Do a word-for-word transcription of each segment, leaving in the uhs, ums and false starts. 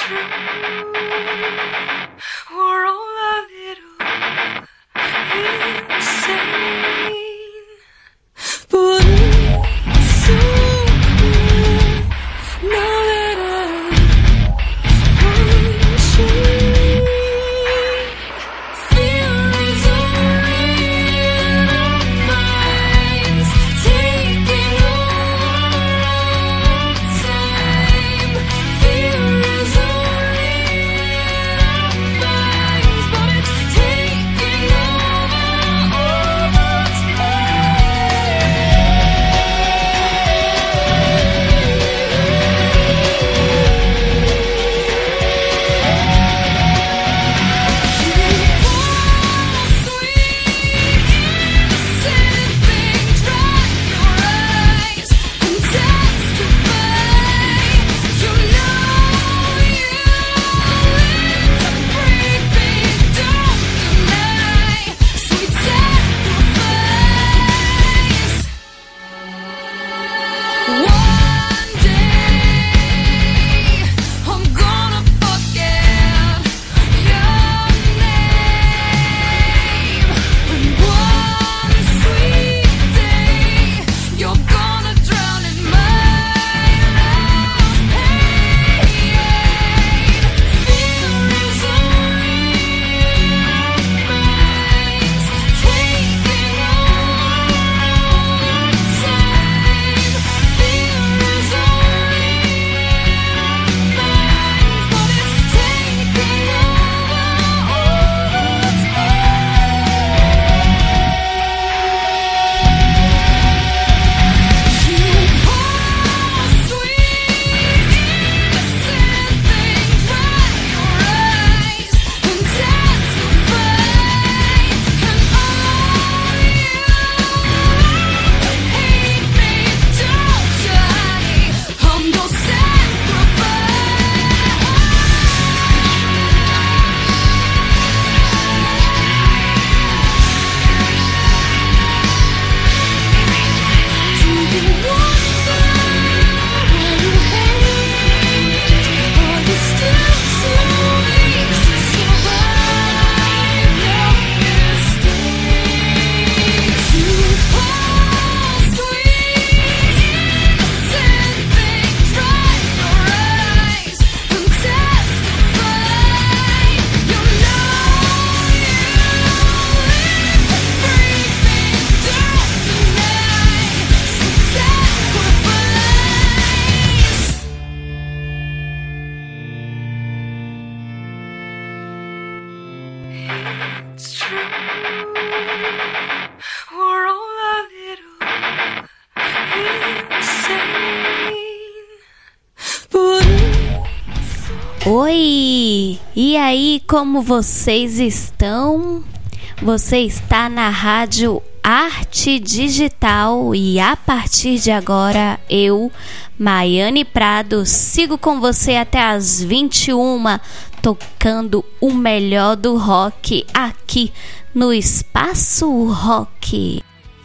Oi! E aí, como vocês estão? Você está na Rádio Arte Digital e a partir de agora eu, Maiane Prado, sigo com você até as vinte e uma, tocando o melhor do rock aqui no Espaço Rock.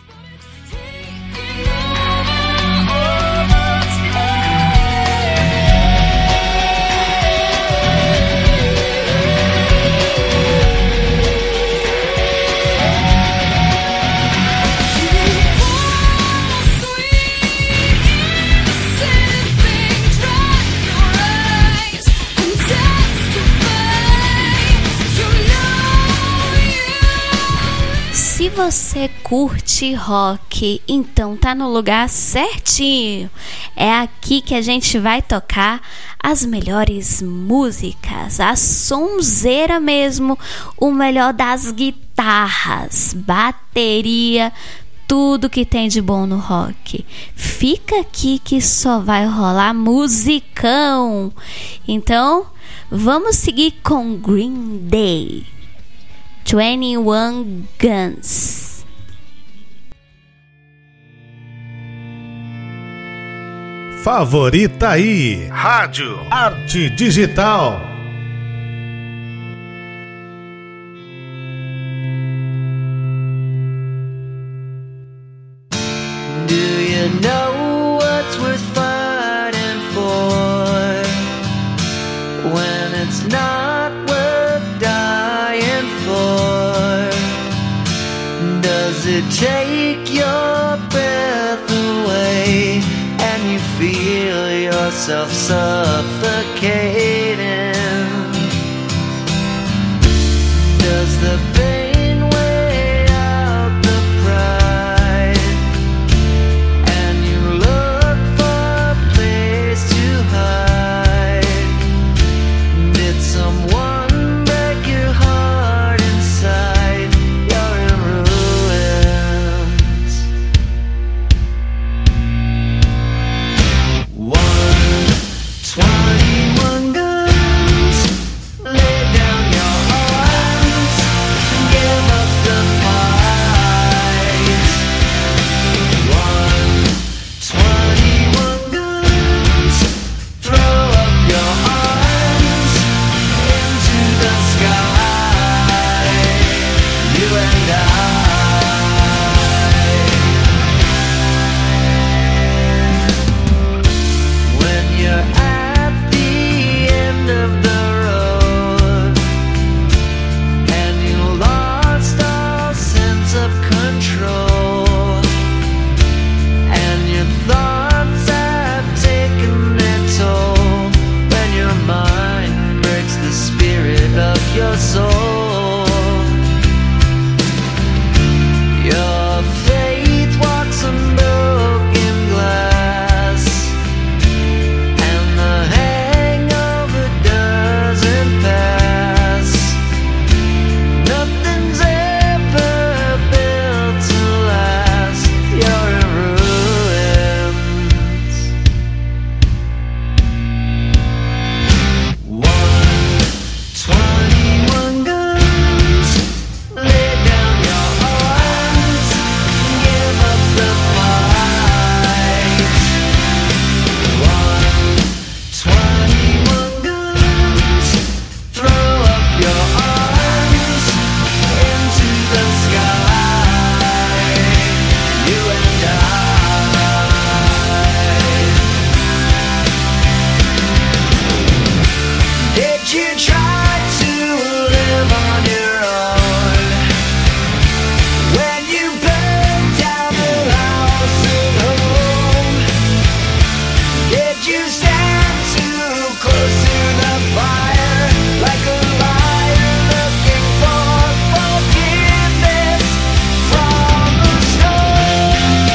Se você curte rock, então tá no lugar certinho. É aqui que a gente vai tocar as melhores músicas, a sonzeira mesmo, o melhor das guitarras, bateria, tudo que tem de bom no rock. Fica aqui que só vai rolar musicão. Então, vamos seguir com Green Day. twenty one Guns. Favorita aí, Rádio Arte Digital. Do you know what's worth fighting for when take your breath away and you feel yourself suffocating. Does the pain weigh out the pride and you look for a place to hide? Did someone break your heart inside? You're in ruins. One twenty-one guns, lay down your arms and give up the fight. One twenty-one guns, throw up your arms into the sky. You and I. When you're at the end of the road and you lost all sense of control and your thoughts have taken their toll, when your mind breaks the spirit of your soul, your faith walks on broken glass and the hangover doesn't pass. Nothing's ever built to last. You're in ruins. One twenty-one guns, lay down your arms and give up the fight. One twenty-one guns, throw up your arms into the sky. You and I. Did you try to live on your own when you burned down the house at home? Did you stand too close to the fire like a liar looking for forgiveness from the stone?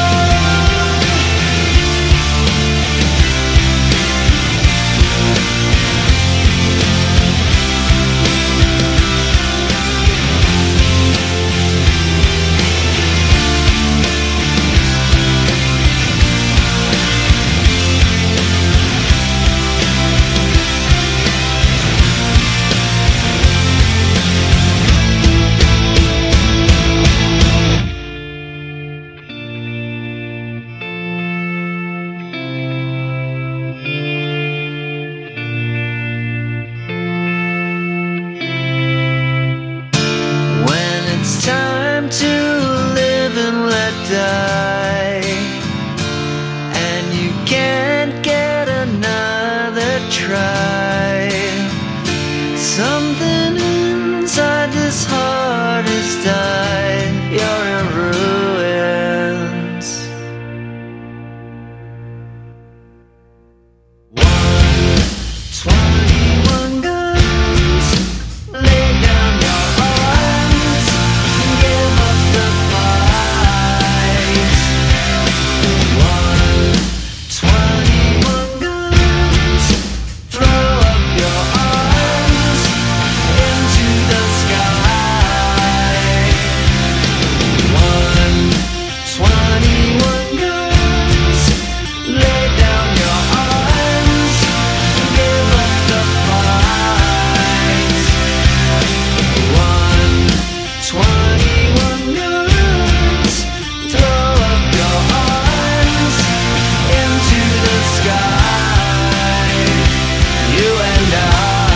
When it's time to live and let die, and you can't get another try, something inside this heart has died. You're in ruins. One twenty-one guns, lay down your arms and give up the fight. One twenty-one guns, throw up your arms into the sky. One twenty-one guns, lay down your arms and give up the fight. One twenty-one guns, throw up your arms into the sky. You and I.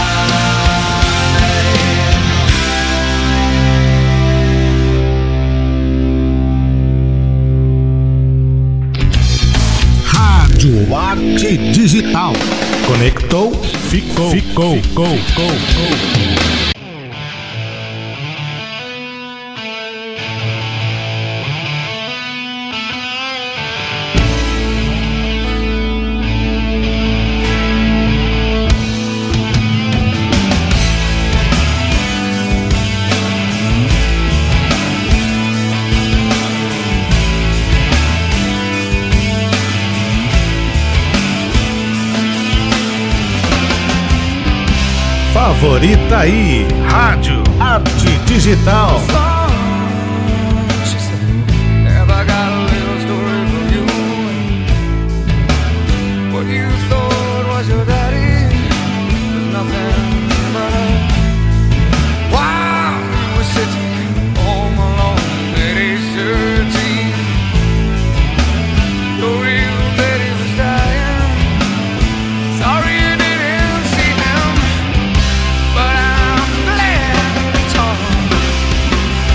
Rádio Arte Digital. Conectou, ficou, ficou, ficou, ficou. favorita aí. Rádio Arte Digital. But I'm glad it's all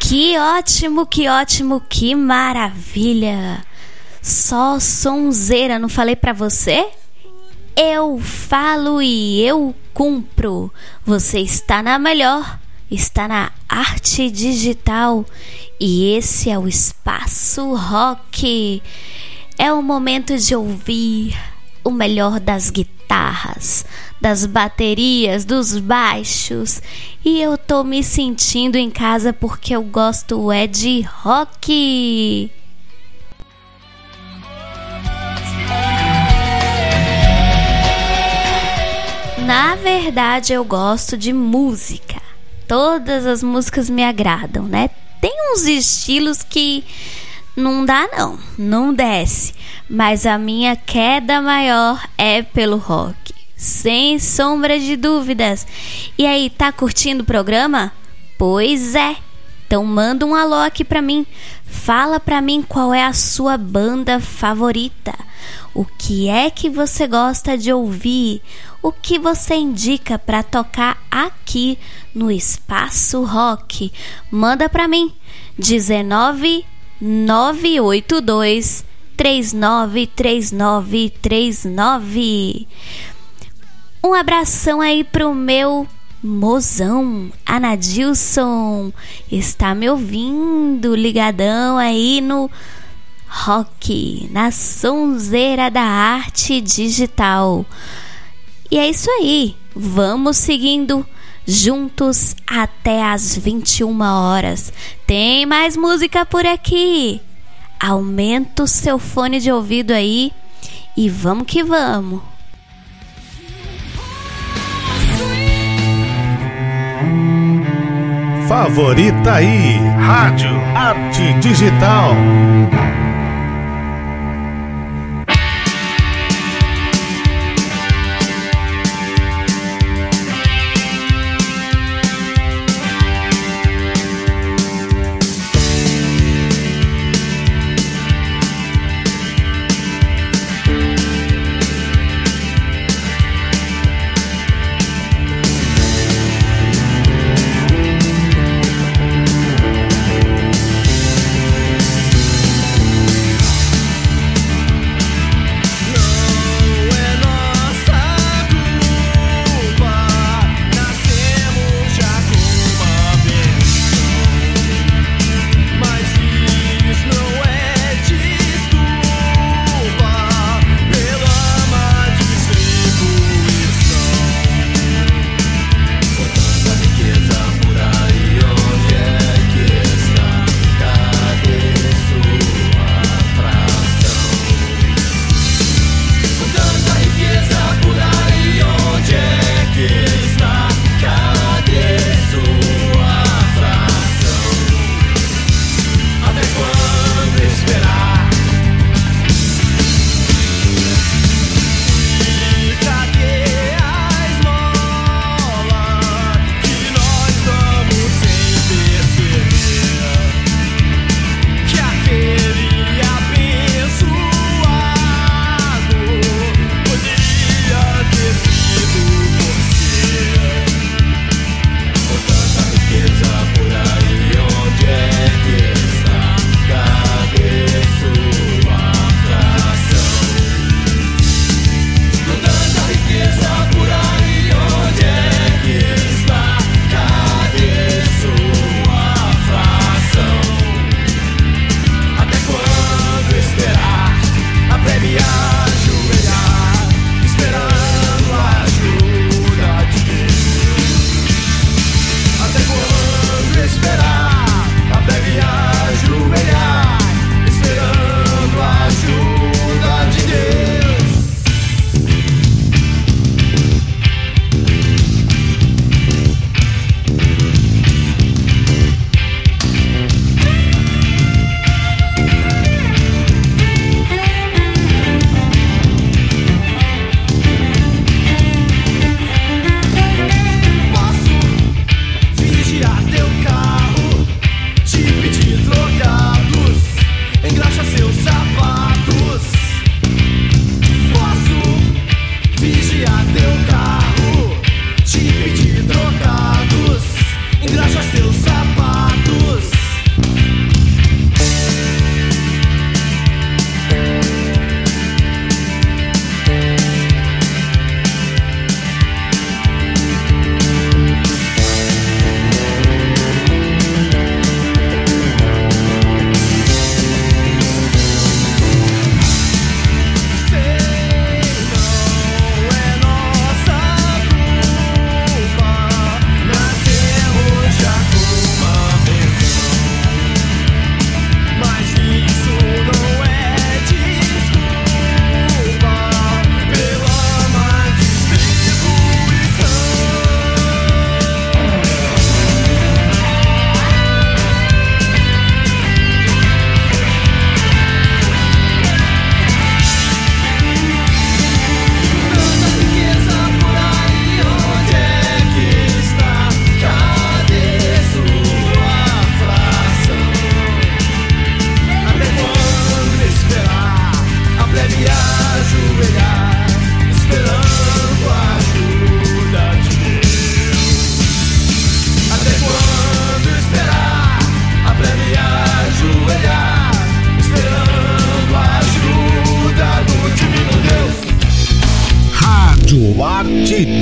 Que ótimo, que ótimo, que maravilha! Só sonzeira, não falei pra você? Eu falo e eu cumpro. Você está na melhor, está na arte digital e esse é o Espaço Rock. É o momento de ouvir o melhor das guitarras, das baterias, dos baixos. E eu tô me sentindo em casa porque eu gosto é de rock. Na verdade, eu gosto de música. Todas as músicas me agradam, né? Tem uns estilos que não dá não, não desce. Mas a minha queda maior é pelo rock, sem sombra de dúvidas. E aí, tá curtindo o programa? Pois é. Então manda um alô aqui pra mim. Fala pra mim qual é a sua banda favorita. O que é que você gosta de ouvir? O que você indica pra tocar aqui no Espaço Rock? Manda pra mim. dezenove nove oito dois três nove três nove três nove. Um abração aí pro meu mozão, Anadilson. Está me ouvindo, ligadão aí no rock, na sonzeira da arte digital. E é isso aí, vamos seguindo juntos até às vinte e uma horas. Tem mais música por aqui. Aumenta o seu fone de ouvido aí e vamos que vamos. Favorita aí, Rádio Arte Digital.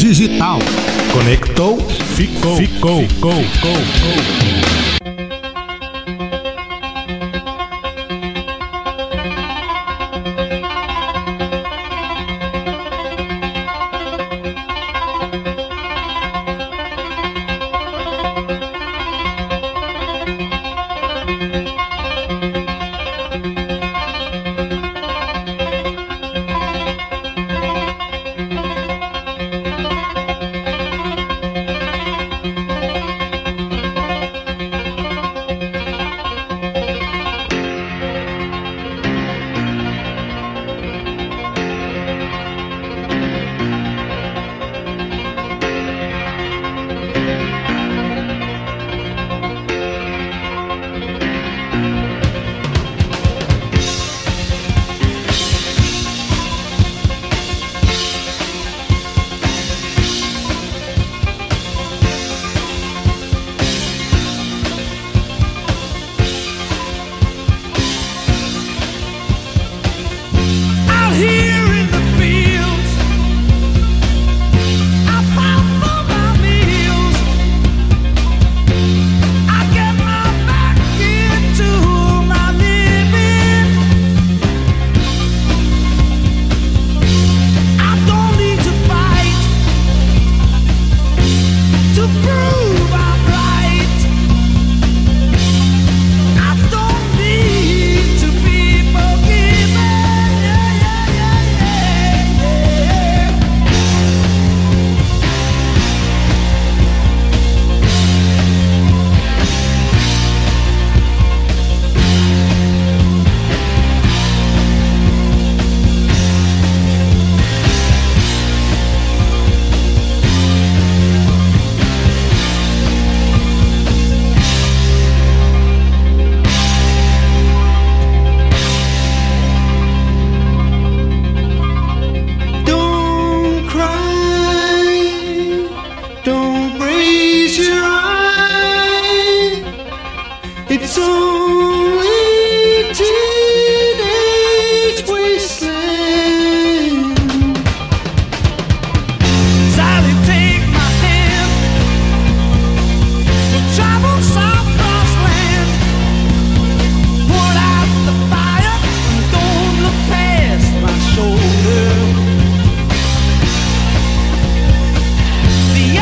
Digital. Conectou, ficou, ficou, ficou, ficou, ficou.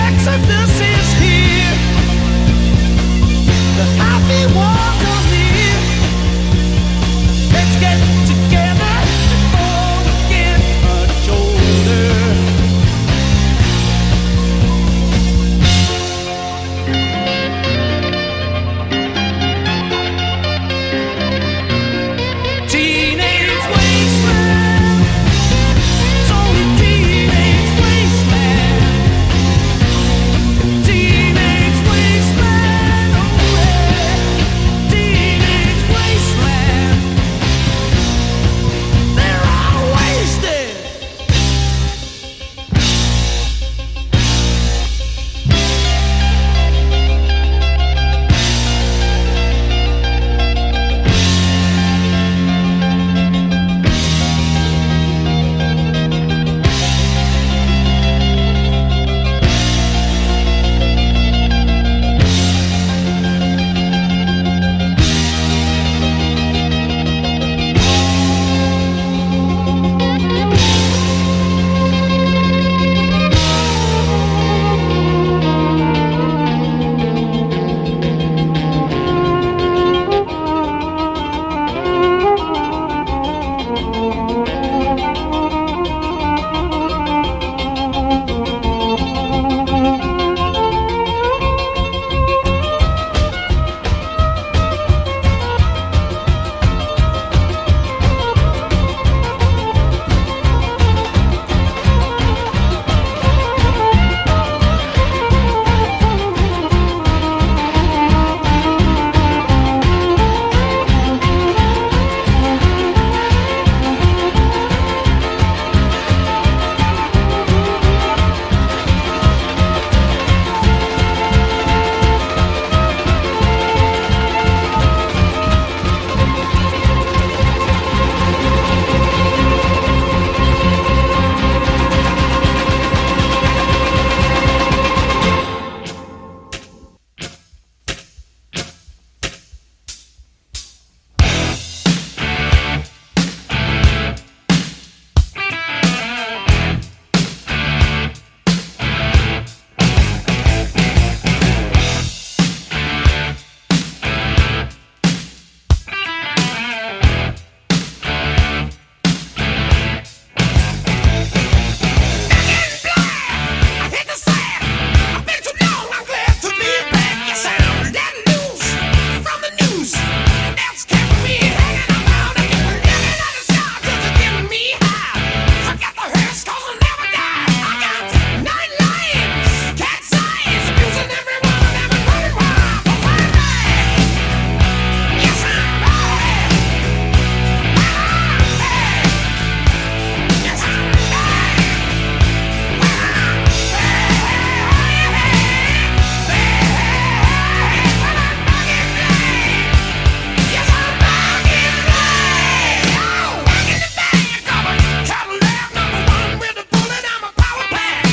Happy ones on me.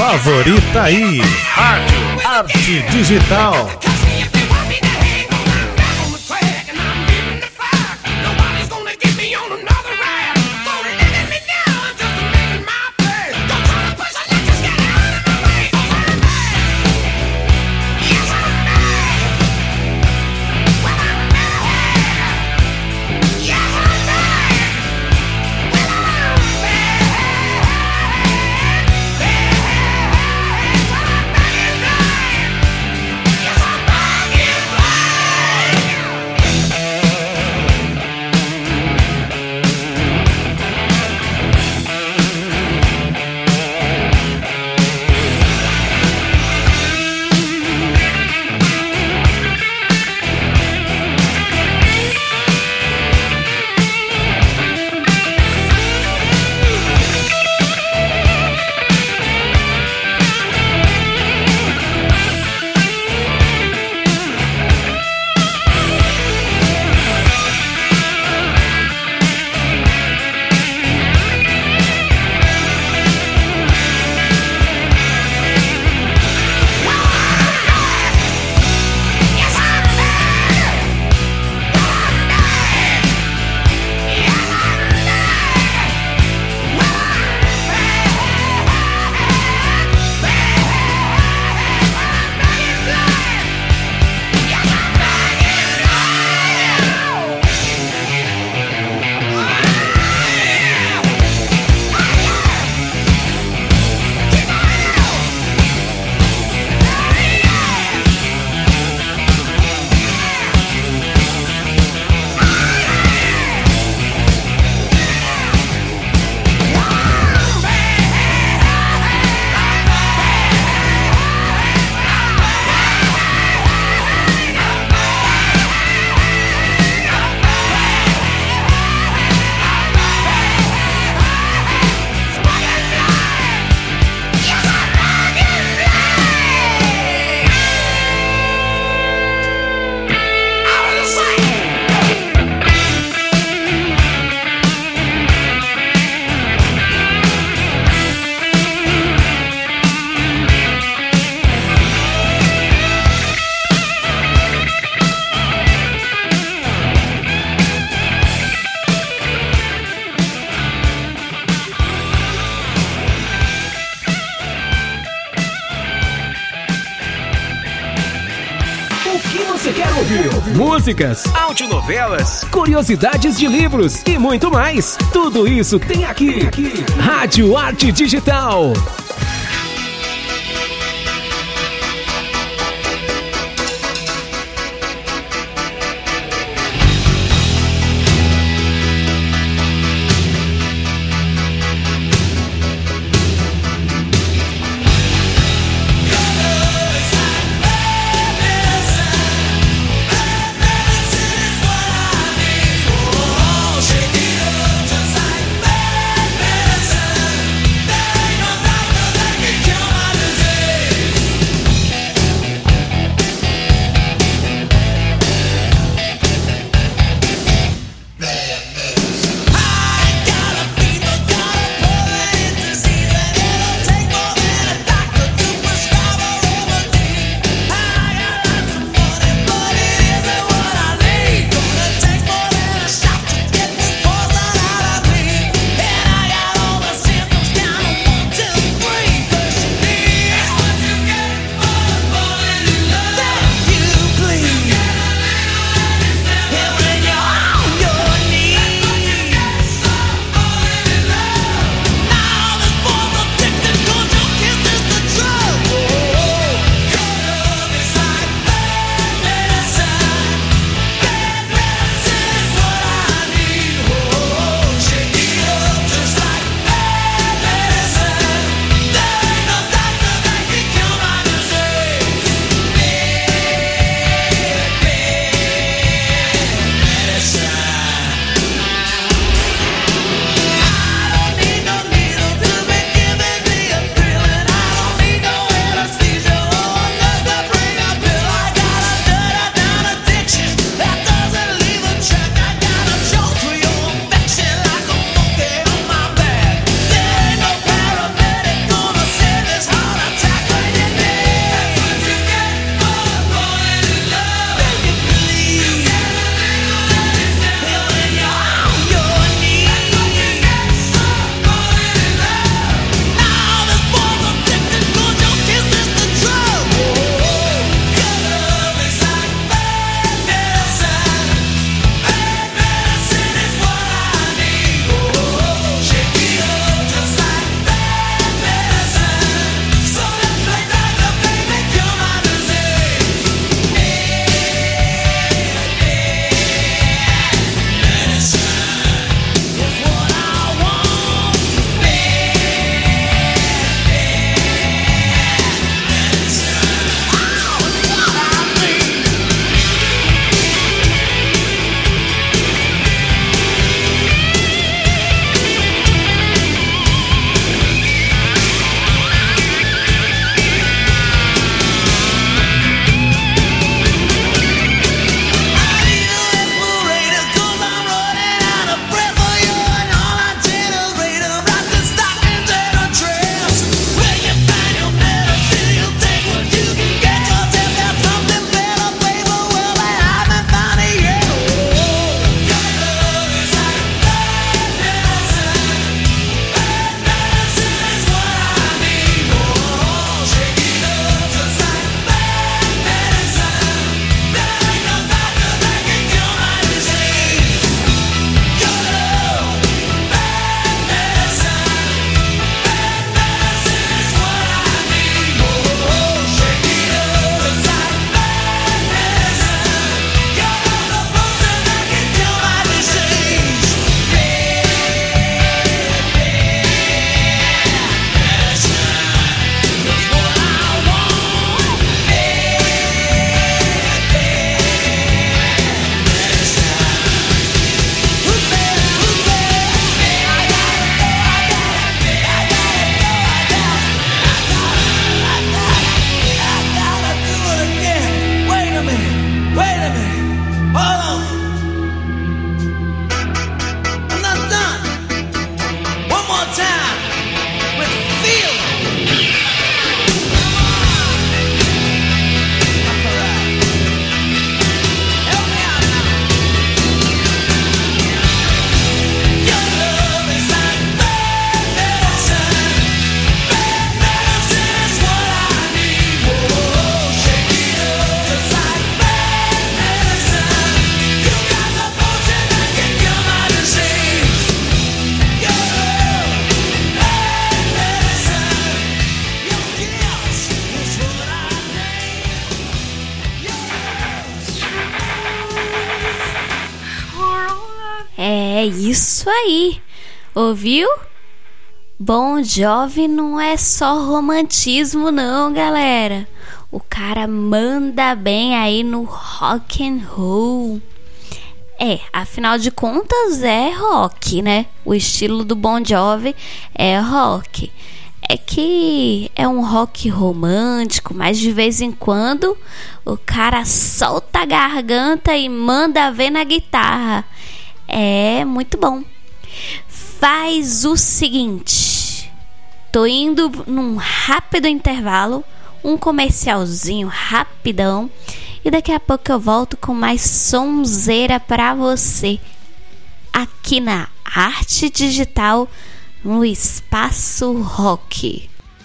favorita aí. Rádio Arte Digital. Músicas, audionovelas, curiosidades de livros e muito mais. Tudo isso tem aqui, aqui. Rádio Arte Digital. Shake it up just like madness. There ain't no doubt. É isso aí. Ouviu? Bon Jovi não é só romantismo não, galera. O cara manda bem aí no rock and roll. É, afinal de contas é rock, né? O estilo do Bon Jovi é rock. É que é um rock romântico, mas de vez em quando o cara solta a garganta e manda ver na guitarra. É muito bom. Faz o seguinte, tô indo num rápido intervalo, um comercialzinho rapidão, e daqui a pouco eu volto com mais sonzeira pra você aqui na Arte Digital, no Espaço Rock.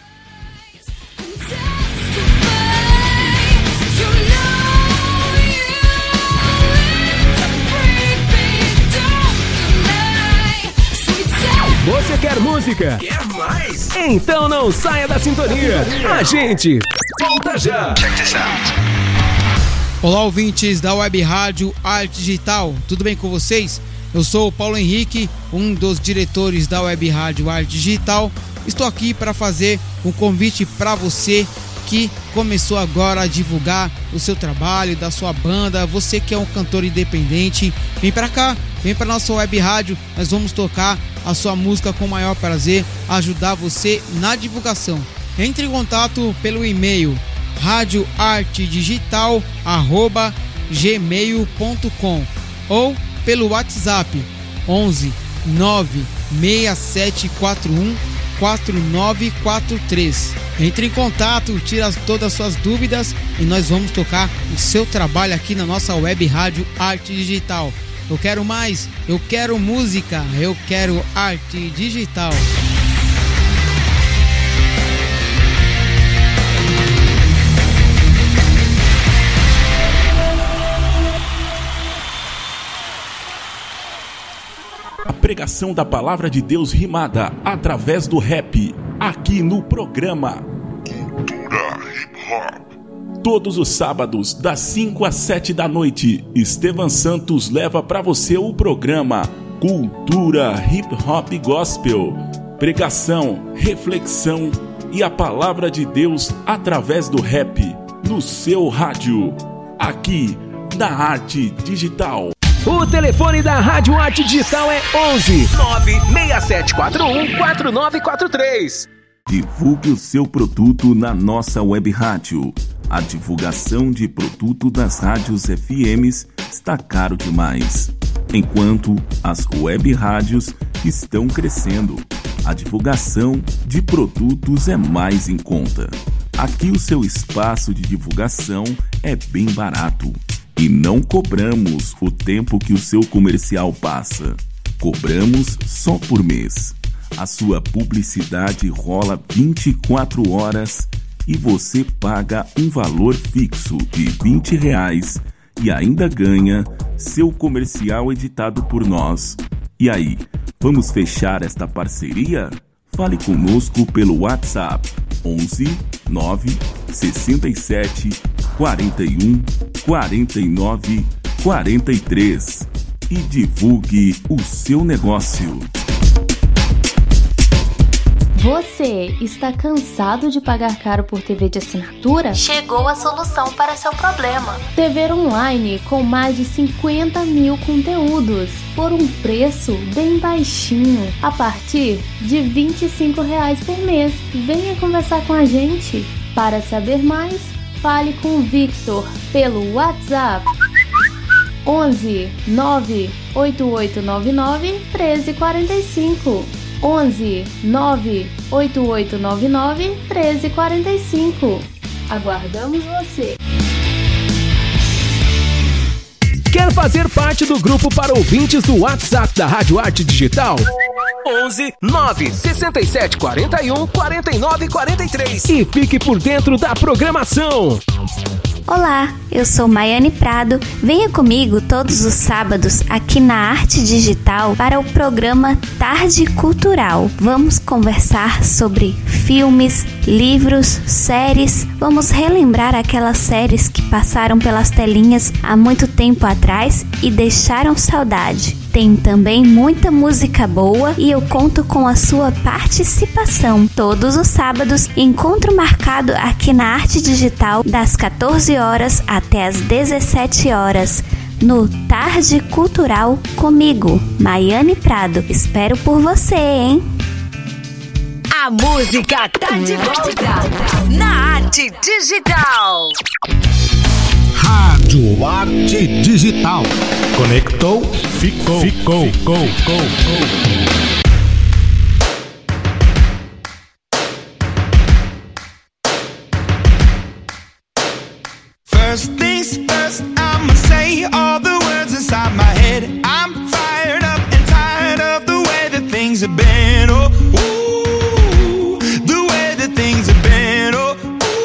Você quer música? Quer mais? Então não saia da sintonia. A gente volta já. Check this out. Olá, ouvintes da Web Rádio Arte Digital. Tudo bem com vocês? Eu sou o Paulo Henrique, um dos diretores da Web Rádio Arte Digital. Estou aqui para fazer um convite para você que começou agora a divulgar o seu trabalho, da sua banda, você que é um cantor independente, vem para cá, vem para nossa web rádio, nós vamos tocar a sua música com o maior prazer, ajudar você na divulgação. Entre em contato pelo e-mail rádio arte digital arroba gmail ponto com ou pelo WhatsApp onze nove seis sete quatro um quatro nove quatro três. Entre em contato, tira todas as suas dúvidas e nós vamos tocar o seu trabalho aqui na nossa web rádio Arte Digital. Eu quero mais, eu quero música, eu quero arte digital. A pregação da palavra de Deus rimada através do rap, aqui no programa Cultura Hip Hop. Todos os sábados, das cinco às sete da noite, Estevan Santos leva para você o programa Cultura Hip Hop Gospel. Pregação, reflexão e a palavra de Deus através do rap, no seu rádio, aqui na Arte Digital. O telefone da Rádio Arte Digital é onze nove seis sete quatro um quatro nove quatro três. Divulgue o seu produto na nossa web rádio. A divulgação de produto das rádios F Ms está caro demais, enquanto as web rádios estão crescendo. A divulgação de produtos é mais em conta. Aqui o seu espaço de divulgação é bem barato. E não cobramos o tempo que o seu comercial passa. Cobramos só por mês. A sua publicidade rola vinte e quatro horas e você paga um valor fixo de vinte reais e ainda ganha seu comercial editado por nós. E aí, vamos fechar esta parceria? Fale conosco pelo WhatsApp onze nove sessenta e sete quarenta e um quarenta e nove quarenta e três e divulgue o seu negócio. Você está cansado de pagar caro por T V de assinatura? Chegou a solução para seu problema. T V online com mais de cinquenta mil conteúdos por um preço bem baixinho, a partir de vinte e cinco reais por mês. Venha conversar com a gente. Para saber mais, fale com o Victor pelo WhatsApp onze nove oito oito nove nove treze quarenta e cinco. onze nove oito oito nove nove treze quarenta e cinco. Aguardamos você. Quer fazer parte do grupo para ouvintes do WhatsApp da Rádio Arte Digital? onze nove sessenta e sete quarenta e um quarenta e nove quarenta e três e fique por dentro da programação. Olá, eu sou Maiane Prado. Venha comigo todos os sábados aqui na Arte Digital para o programa Tarde Cultural. Vamos conversar sobre filmes, livros, séries. Vamos relembrar aquelas séries que passaram pelas telinhas há muito tempo atrás e deixaram saudade. Tem também muita música boa e eu conto com a sua participação. Todos os sábados, encontro marcado aqui na Arte Digital das quatorze horas até as dezessete horas. No Tarde Cultural comigo, Maiane Prado. Espero por você, hein? A música tá de volta na Arte Digital. Rádio Arte Digital. Conectou, ficou, ficou, ficou, ficou. First things first, I'ma say all the words inside my head. I'm fired up and tired of the way that things have been. Oh, ooh, the way that things have been. Oh,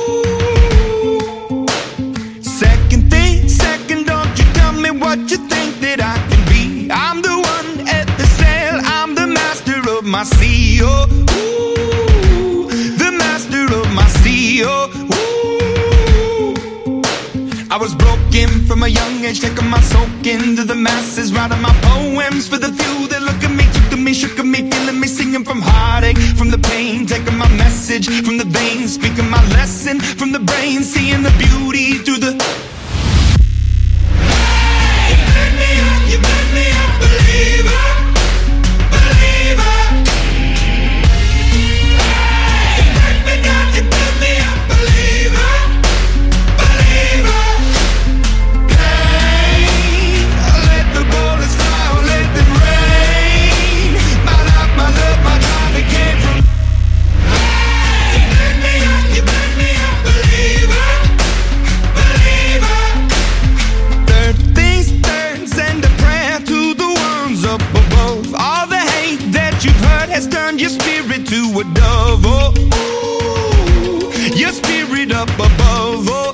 ooh. Second thing, second, don't you tell me what you think that I can be. I'm the one at the sail, I'm the master of my sea. Oh, ooh, the master of my sea. Oh, ooh. I was broken from a young age, taking my soak into the masses, writing my poems for the few that look at me, took to me, shook at me, feeling me, singing from heartache, from the pain, taking my message from the veins, speaking my lesson from the brain, seeing the beauty through the. Hey, you burn me up, you burn me up, believer, believer. Hey, you burn me down, you burn me up, believer, believer. Turn your spirit to a dove, oh, ooh, your spirit up above, oh,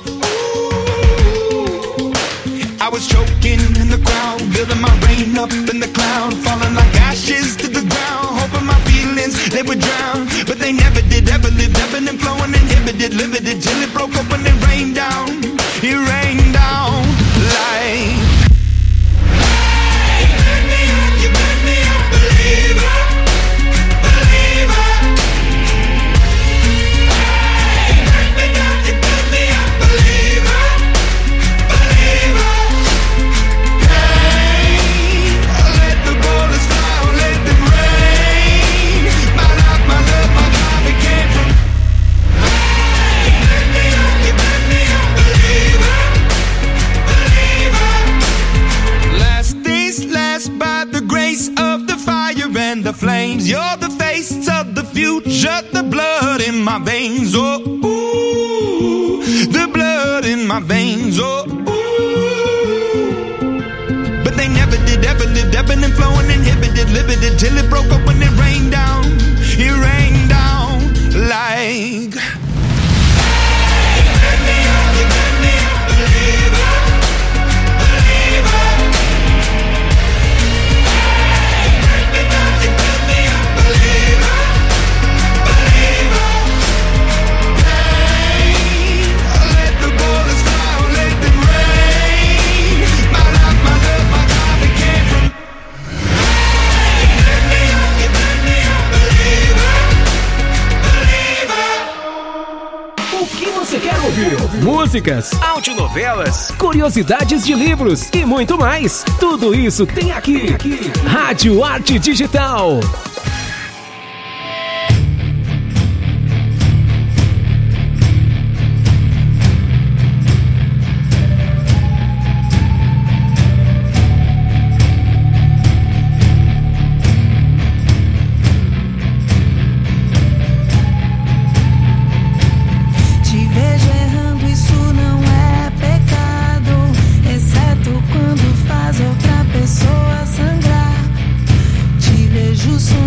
ooh. I was choking in the crowd, building my rain up in the cloud, falling like ashes to the ground, hoping my feelings, they would drown, but they never did, ever lived, ebbing and flowing, inhibited, limited, till it broke open and rained down, it rained down like. Hey, you burn me up, you burn me up, believer. The flames, you're the face of the future, the blood in my veins, oh, ooh, the blood in my veins, oh, ooh. But they never did, ever lived, ebbing and flowing, inhibited, limited, till it broke up when it rained down, it rained down like. Hey, you burn me up, you burn me up, believer, believer. Músicas, audionovelas, curiosidades de livros e muito mais. Tudo isso tem aqui. aqui. Rádio Arte Digital. Outra pessoa sangrar, te vejo sonhar.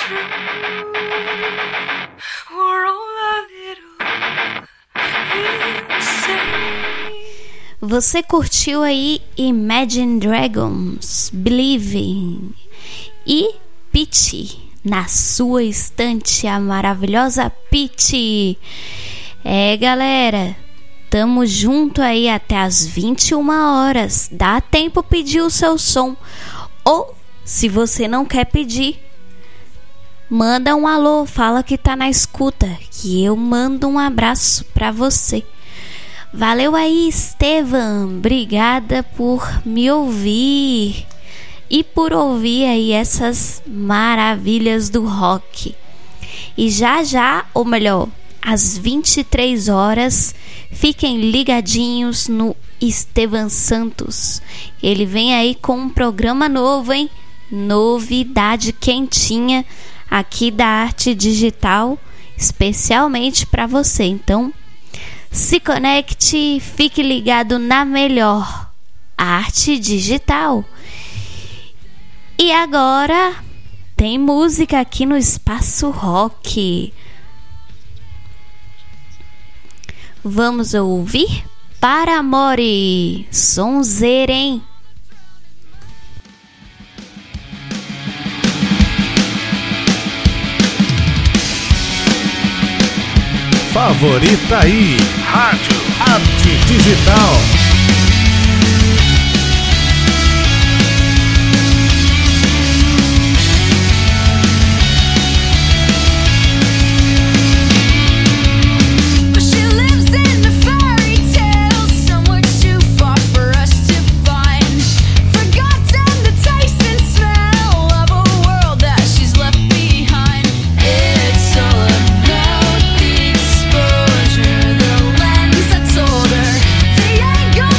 We're all a little insane. Você curtiu aí Imagine Dragons, Believing e Pitty, na sua estante, a maravilhosa Pitty. É, galera, tamo junto aí até as vinte e uma horas. Dá tempo pedir o seu som. Ou, se você não quer pedir, manda um alô, fala que tá na escuta, que eu mando um abraço pra você. Valeu aí, Estevam. Obrigada por me ouvir e por ouvir aí essas maravilhas do rock. E já já, ou melhor, às vinte e três horas, fiquem ligadinhos no Estevam Santos. Ele vem aí com um programa novo, hein? Novidade quentinha aqui da Arte Digital, especialmente para você. Então, se conecte, fique ligado na melhor Arte Digital. E agora tem música aqui no Espaço Rock. Vamos ouvir Paramore, sonzeira, hein? Favorita aí, Rádio Arte Digital. Go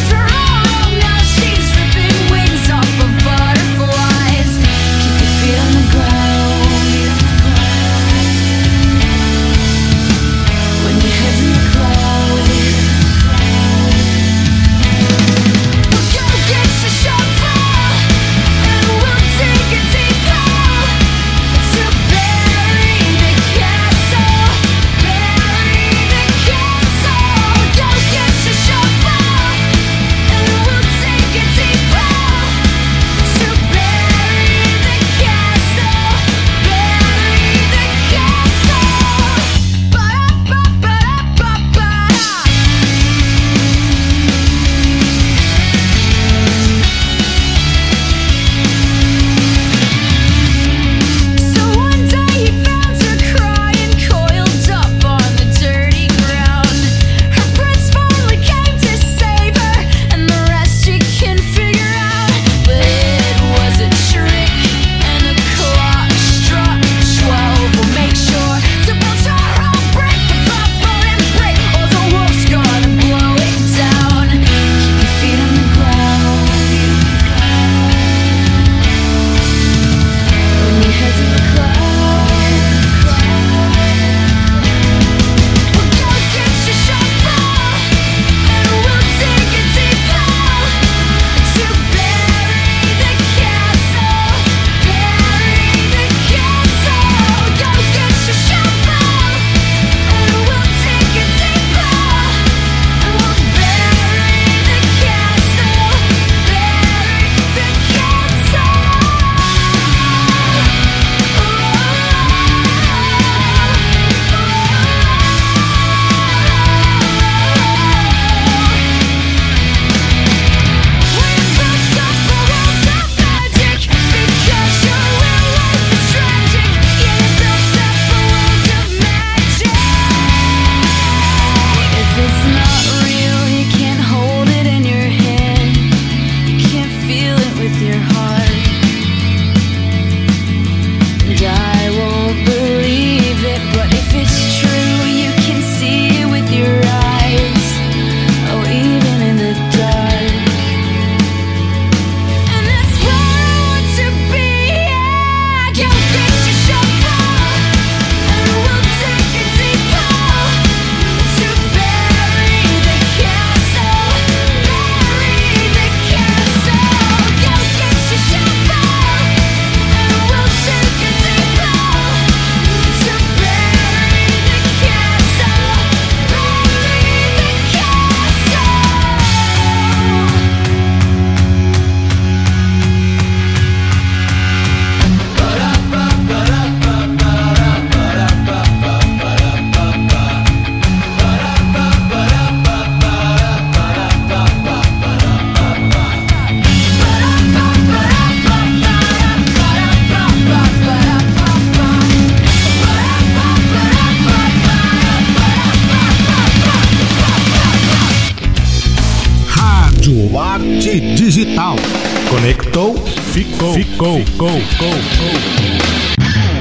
Arte Digital. Conectou, ficou, ficou, ficou, ficou, ficou.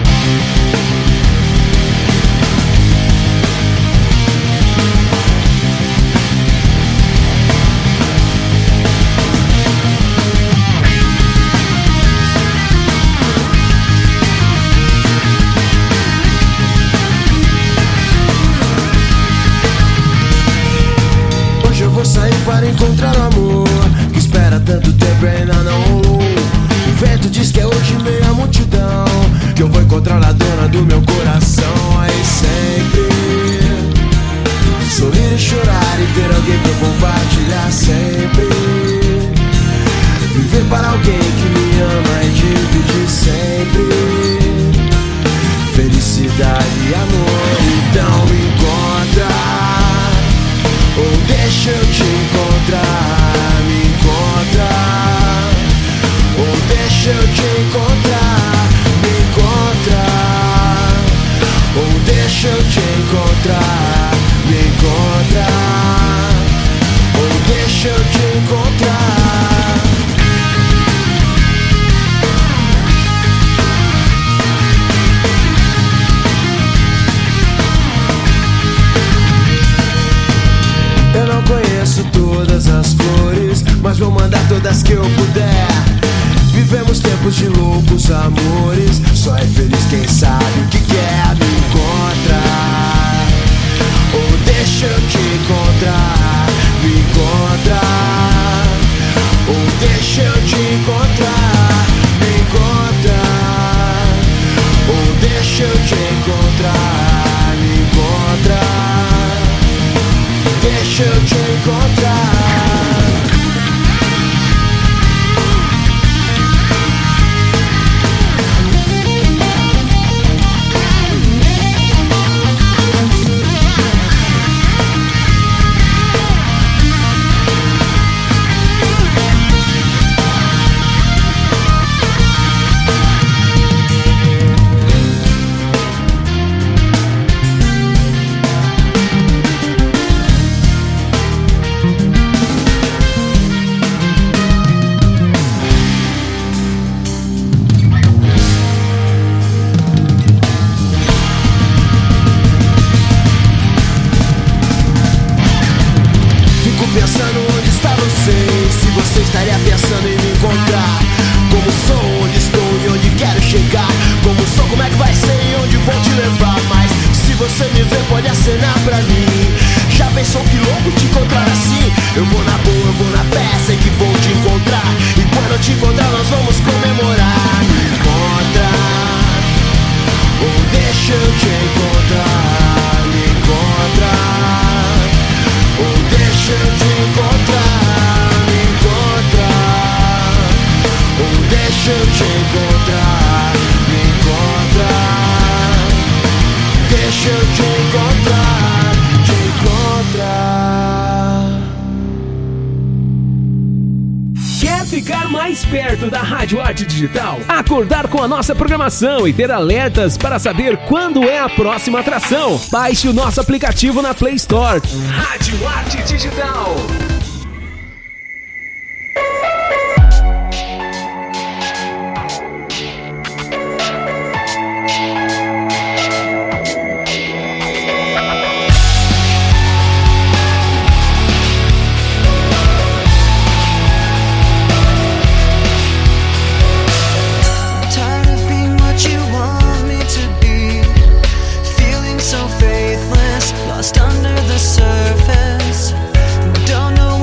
Para encontrar o amor que espera tanto tempo e ainda não rolou. O vento diz que é hoje meio a multidão, que eu vou encontrar a dona do meu coração. Aí sempre sorrir e chorar e ter alguém pra compartilhar sempre. Viver para alguém que me ama e dividir sempre felicidade e amor. Então me encontra, ou deixa eu te encontrar, me encontra, ou deixa eu te encontrar, me encontra, ou deixa eu te encontrar, me encontra, ou deixa eu te encontrar. Eu não conheço todas as flores, mas vou mandar todas que eu puder. Vivemos tempos de loucos amores, só é feliz quem sabe o que quer. Me encontra, ou deixa eu te encontrar, me encontra, ou deixa eu te encontrar, me encontra, ou deixa eu te encontrar, me encontra, deixa eu te encontrar. Pensando onde está você, se você estaria pensando em me encontrar. Como sou, onde estou e onde quero chegar. Como sou, como é que vai ser e onde vou te levar. Mas se você me ver, pode acenar pra mim. Já pensou que louco te encontrar assim? Eu vou na boa, eu vou na fé, sei que vou te encontrar. E quando eu te encontrar nós vamos comemorar. Me encontra, ou deixa eu te encontrar. Me encontra, ou deixa eu te encontrar, me encontrar, ou deixa eu te encontrar, me encontrar, deixa eu te encontrar, te encontrar. Quer ficar mais perto da Rádio Arte Digital? Acordar com a nossa programação e ter alertas para saber quando é a próxima atração? Baixe o nosso aplicativo na Play Store. Rádio Arte Digital. Lost under the surface, don't know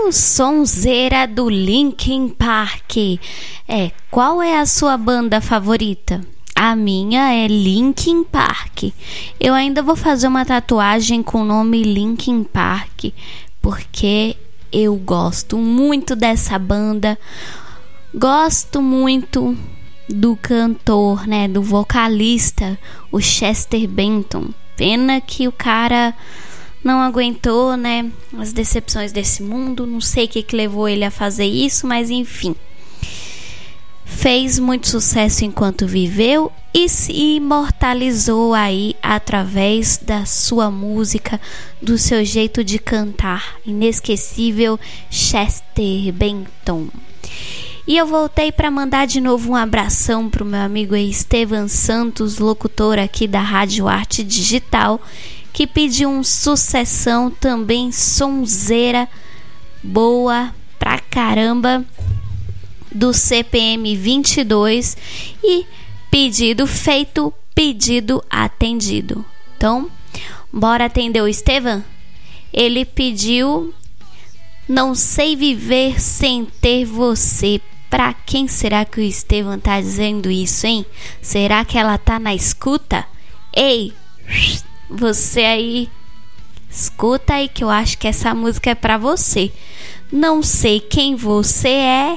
ouviu? Sonzeira do Linkin Park. É, qual é a sua banda favorita? A minha é Linkin Park. Eu ainda vou fazer uma tatuagem com o nome Linkin Park, porque eu gosto muito dessa banda. Gosto muito do cantor, né, do vocalista, o Chester Bennington. Pena que o cara não aguentou, né, as decepções desse mundo. Não sei o que, que levou ele a fazer isso, mas enfim. Fez muito sucesso enquanto viveu e se imortalizou aí através da sua música, do seu jeito de cantar. Inesquecível Chester Bennington. E eu voltei para mandar de novo um abração pro meu amigo Estevan Santos, locutor aqui da Rádio Arte Digital, que pediu um sucessão também, sonzeira boa pra caramba, do C P M vinte e dois, e pedido feito, pedido atendido. Então, bora atender o Estevan? Ele pediu Não Sei Viver Sem Ter Você. Pra quem será que o Estevan tá dizendo isso, hein? Será que ela tá na escuta? Ei, você aí, escuta aí que eu acho que essa música é pra você. Não sei quem você é,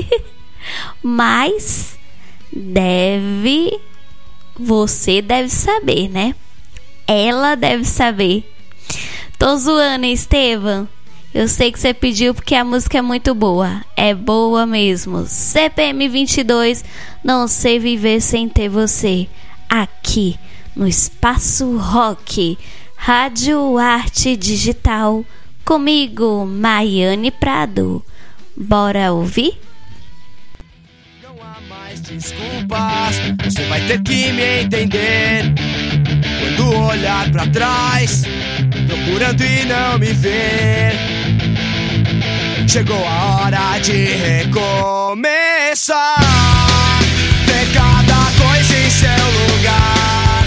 mas deve, você deve saber, né? Ela deve saber. Tô zoando, Estevan. Eu sei que você pediu porque a música é muito boa. É boa mesmo. C P M vinte e dois, Não Sei Viver Sem Ter Você. Aqui no Espaço Rock, Rádio Arte Digital. Comigo, Maiane Prado. Bora ouvir? Não há mais desculpas, você vai ter que me entender. Quando olhar pra trás, procurando e não me ver, chegou a hora de recomeçar. Ter cada coisa em seu lugar,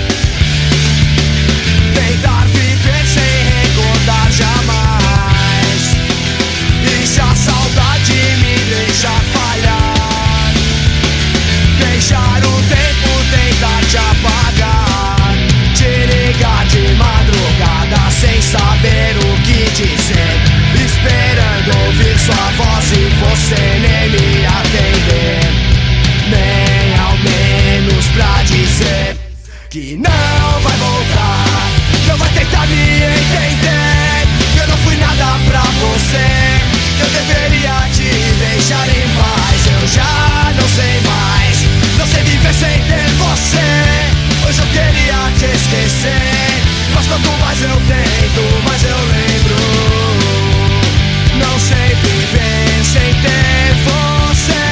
tentar viver sem recordar jamais. E se a saudade me deixar falhar, deixar o tempo tentar te apagar, te ligar de madrugada sem saber o que dizer, esperando ouvir sua voz e você nem me atender, nem ao menos pra dizer que não vai voltar, não vai tentar me entender. Eu não fui nada pra você, eu deveria te deixar em paz. Eu já não sei mais, não sei viver sem ter você. Hoje eu queria te esquecer, mas quanto mais eu tento, mais eu lembro. Não sei viver sem ter você.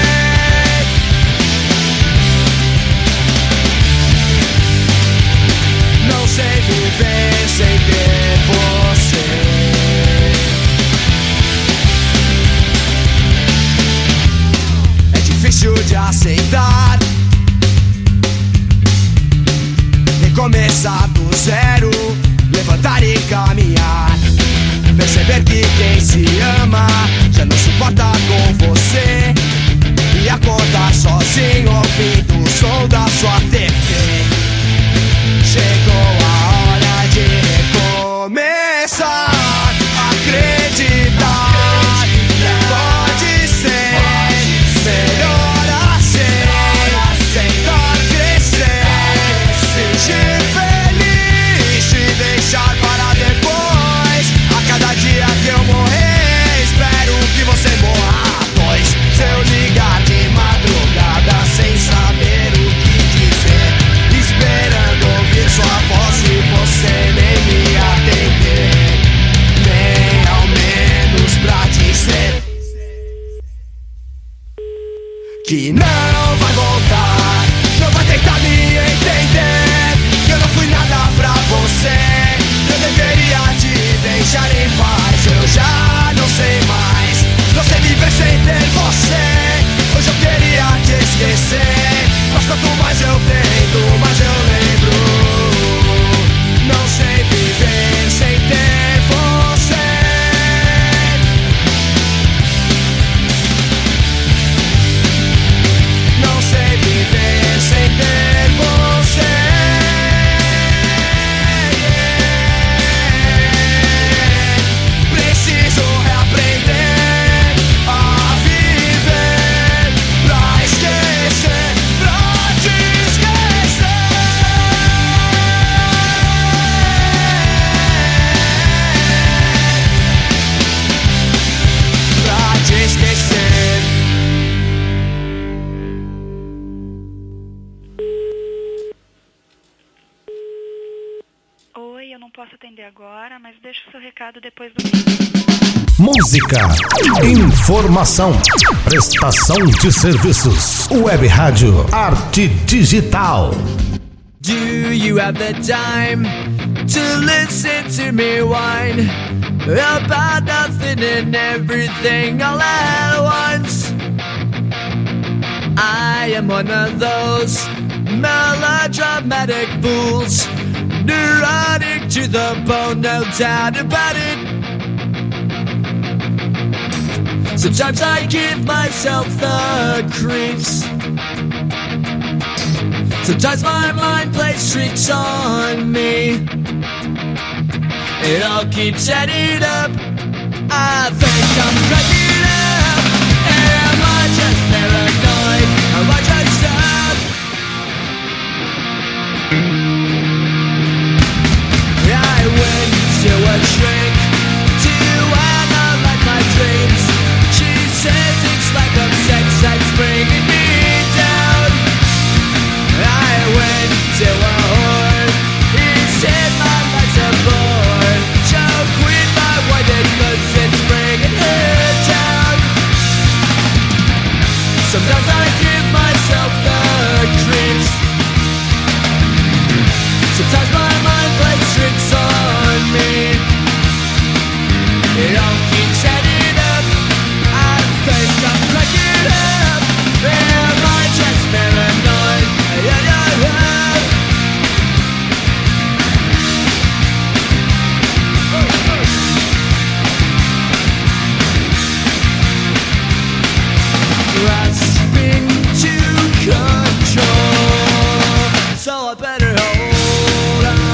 Não sei viver sem ter você. É difícil de aceitar, recomeçar do zero, levantar e caminhar, perceber que quem se ama já não se importa com você, e acordar sozinho ouvindo o som da sua T V. Chegou a hora de recomeçar, acreditar, pode ser melhor assim, tentar crescer, fingir feliz, te deixar para depois. A cada dia que eu morrer, espero que você morra dois. Se eu ligar de madrugada sem saber o que dizer, esperando ouvir sua voz e você nem me atender, nem ao menos pra dizer que não vai voltar, não vai tentar me entender. Eu não fui nada pra você, eu deveria te deixar em paz. Eu já não sei mais, não sei viver sem ter você. Hoje eu queria te esquecer, mas quanto mais eu tento, mais eu lembro. Não sei viver sem ter você. posso atender agora, mas deixa o seu recado depois do vídeo. Música, informação, prestação de serviços. Web Rádio Arte Digital. Do you have the time to listen to me whine about nothing and everything all at once? I am one of those melodramatic fools, neurotic to the bone, no doubt about it. Sometimes I give myself the creeps. Sometimes my mind plays tricks on me. It all keeps adding up. I think I'm cracking up. Am I just paranoid? Am I just up? I went to a shrink to analyze my dreams. She says it's like a sex that's bringing me down. I went to a whore. He said my life's a bore. Choke with my white cause it's bringing her down. Sometimes I give myself the creeps. Sometimes my mind plays tricks on me. It all keeps adding up. I think I'm cracking up. Am I just paranoid? Yeah, yeah, yeah. Grasping to control, so I better hold on.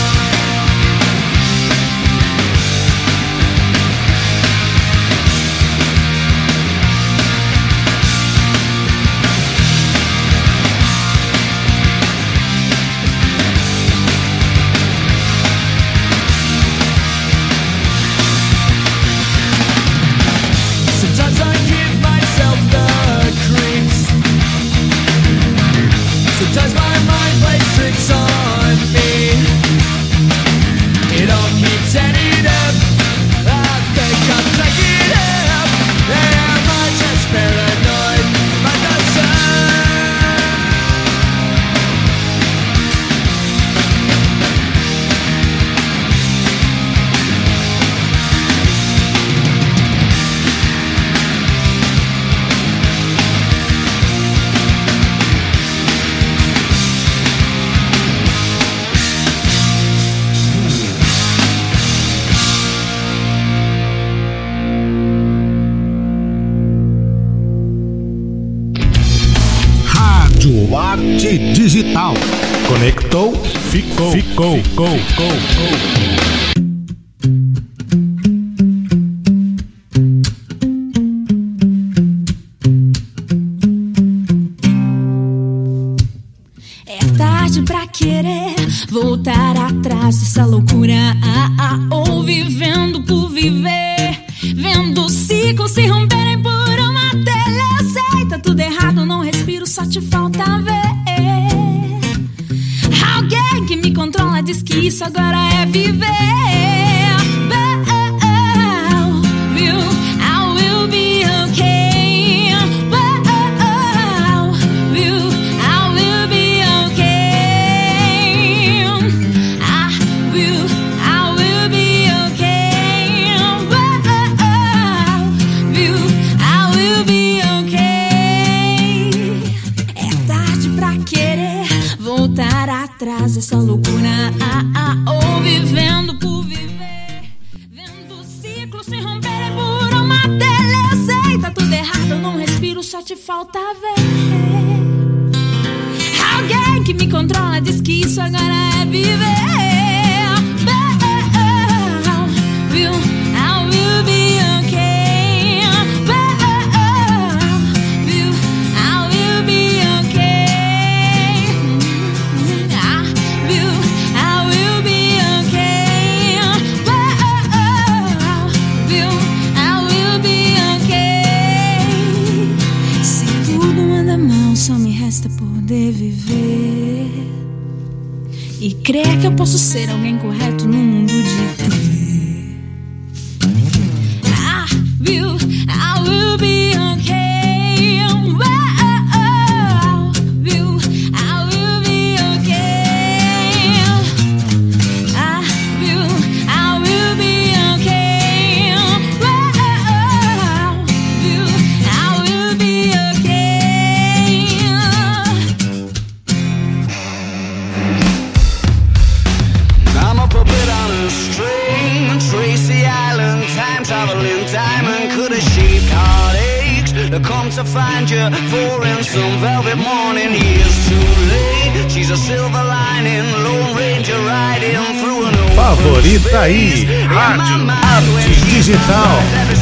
Sometimes I give myself the creeps. Sometimes my mind plays tricks on me. It all keeps adding up. I think I'm cracking up. Am I just paranoid? Am I just Rádio Arte Digital. Conectou, ficou, ficou, ficou, ficou, ficou. É tarde pra querer voltar atrás dessa loucura. Ah, ah, ou vivendo por viver, vendo ciclos se romperem por uma telha. Eu sei, tá tudo errado, não respiro, só te falta ver. Alguém que me controla diz que isso agora é viver. Atrás dessa loucura, ah, ah, ou vivendo por viver, vendo ciclos se romperem por uma telha. Eu sei, tá tudo errado, eu não respiro, só te falta ver. Alguém que me controla diz que isso agora é viver. Will, I will be okay. Will, I will be okay. Will, I will be okay. Will, I will be okay. Se tudo anda mal, só me resta poder viver. e crer que eu posso ser alguém correto no mundo de ter. I will, I will be okay. Come to find you for in some velvet morning. Years too late. She's a silver lining, Lone Ranger riding through an open Favorita aí, Rádio Arte Digital.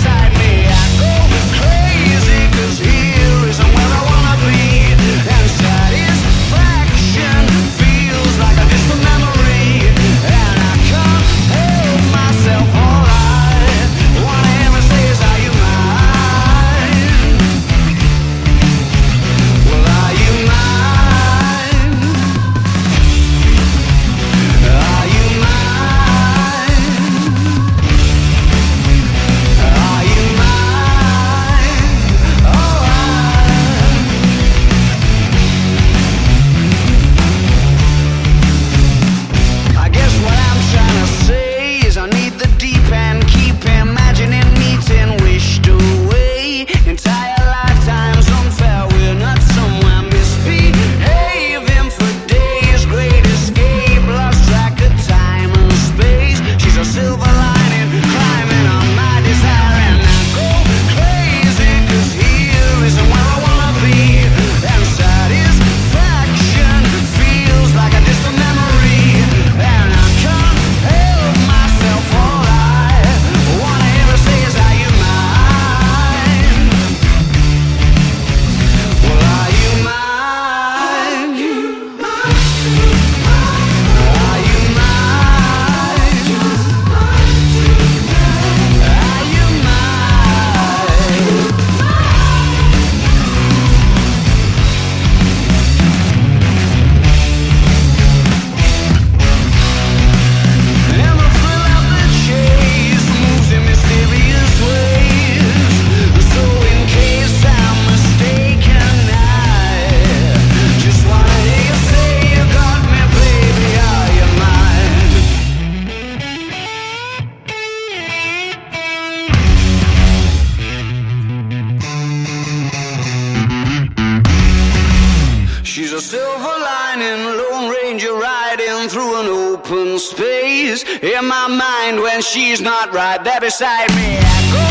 In my mind when she's not right there beside me, I go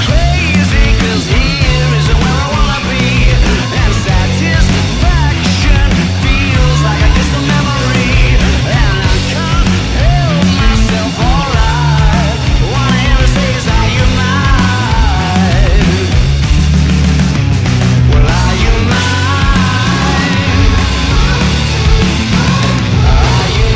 crazy, cause here isn't where I wanna be. And satisfaction feels like a distant memory. And I can't help myself, alright. Wanna hear her say, is are you mine? Well, are you mine? Are you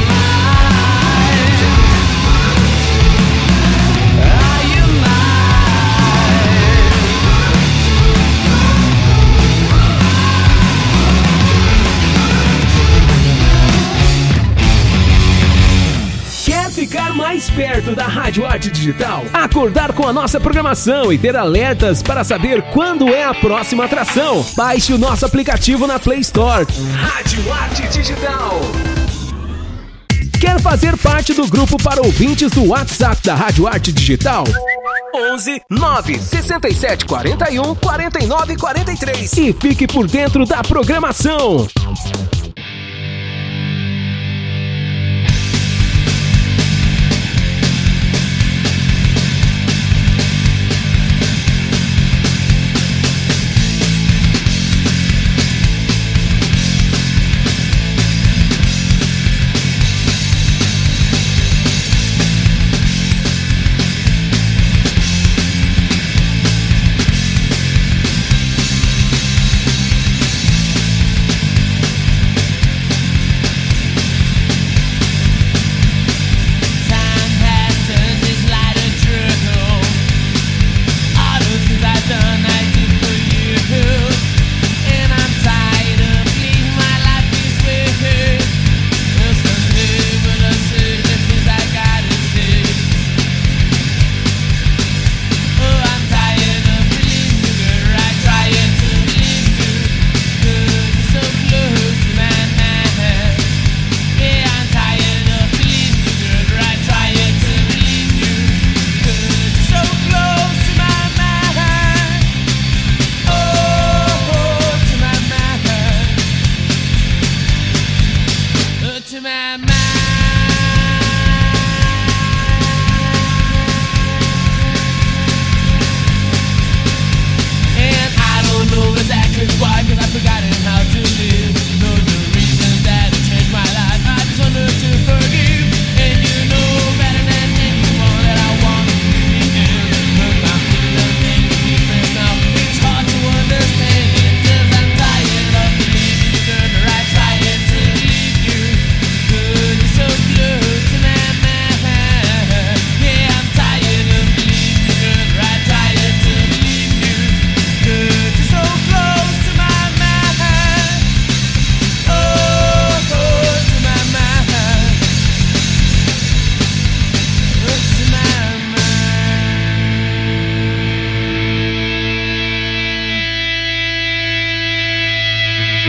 ficar mais perto da Rádio Arte Digital, acordar com a nossa programação e ter alertas para saber quando é a próxima atração. Baixe o nosso aplicativo na Play Store. Rádio Arte Digital. Quer fazer parte do grupo para ouvintes do WhatsApp da Rádio Arte Digital? onze nove sessenta e sete quarenta e um quarenta e nove quarenta e três e fique por dentro da programação.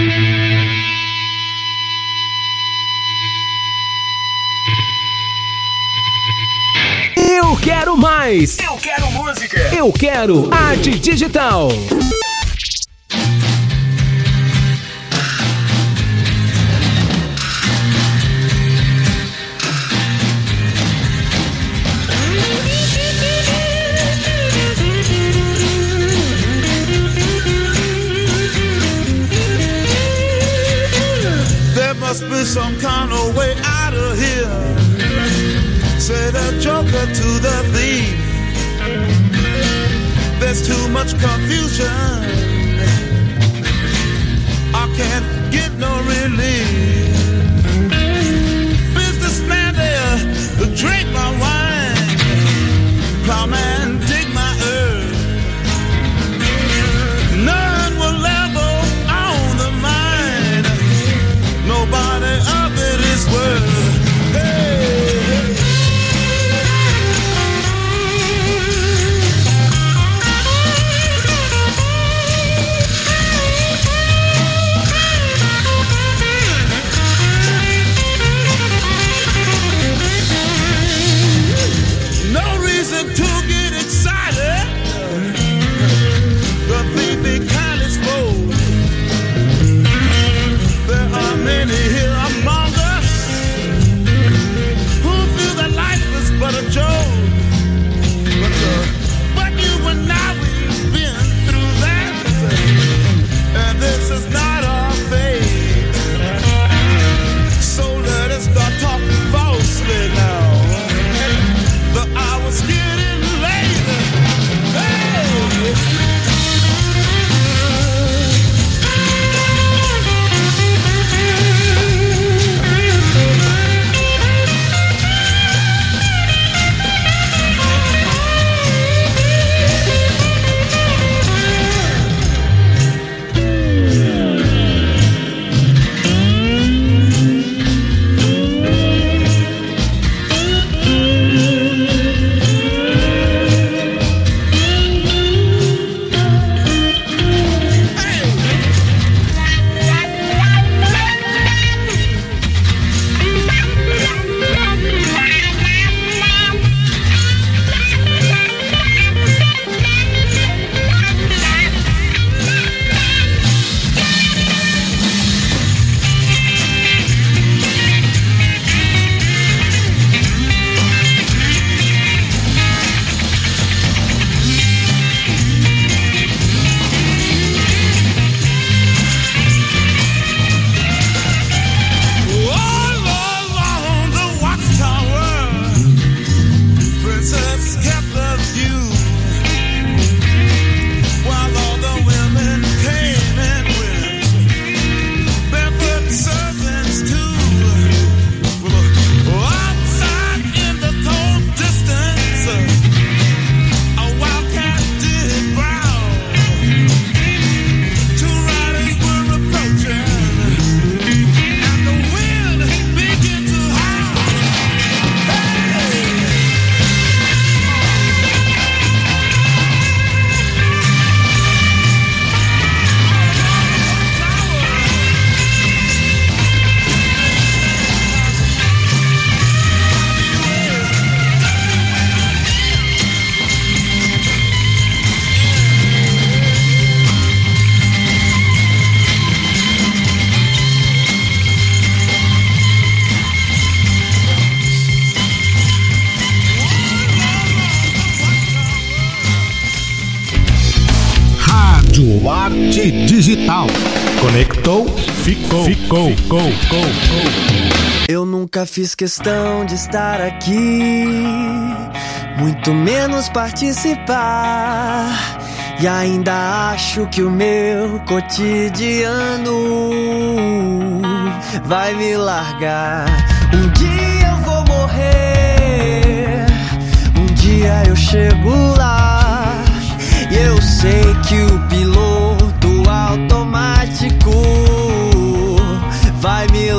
Eu quero mais! Eu quero música! Eu quero arte digital! There must be some kind of way out of here. Say the joker to the thief. There's too much confusion. I can't get no relief. Businessman there, drink my wine. Plowman, dig my earth. None will ever own the mine. Nobody of it is worth. Hey, hey. Arte digital. Conectou, ficou, ficou, ficou, ficou. Eu nunca fiz questão de estar aqui, muito menos participar. E ainda acho que o meu cotidiano vai me largar. Um dia eu vou morrer, um dia eu chego lá. E eu sei que o piloto automático vai me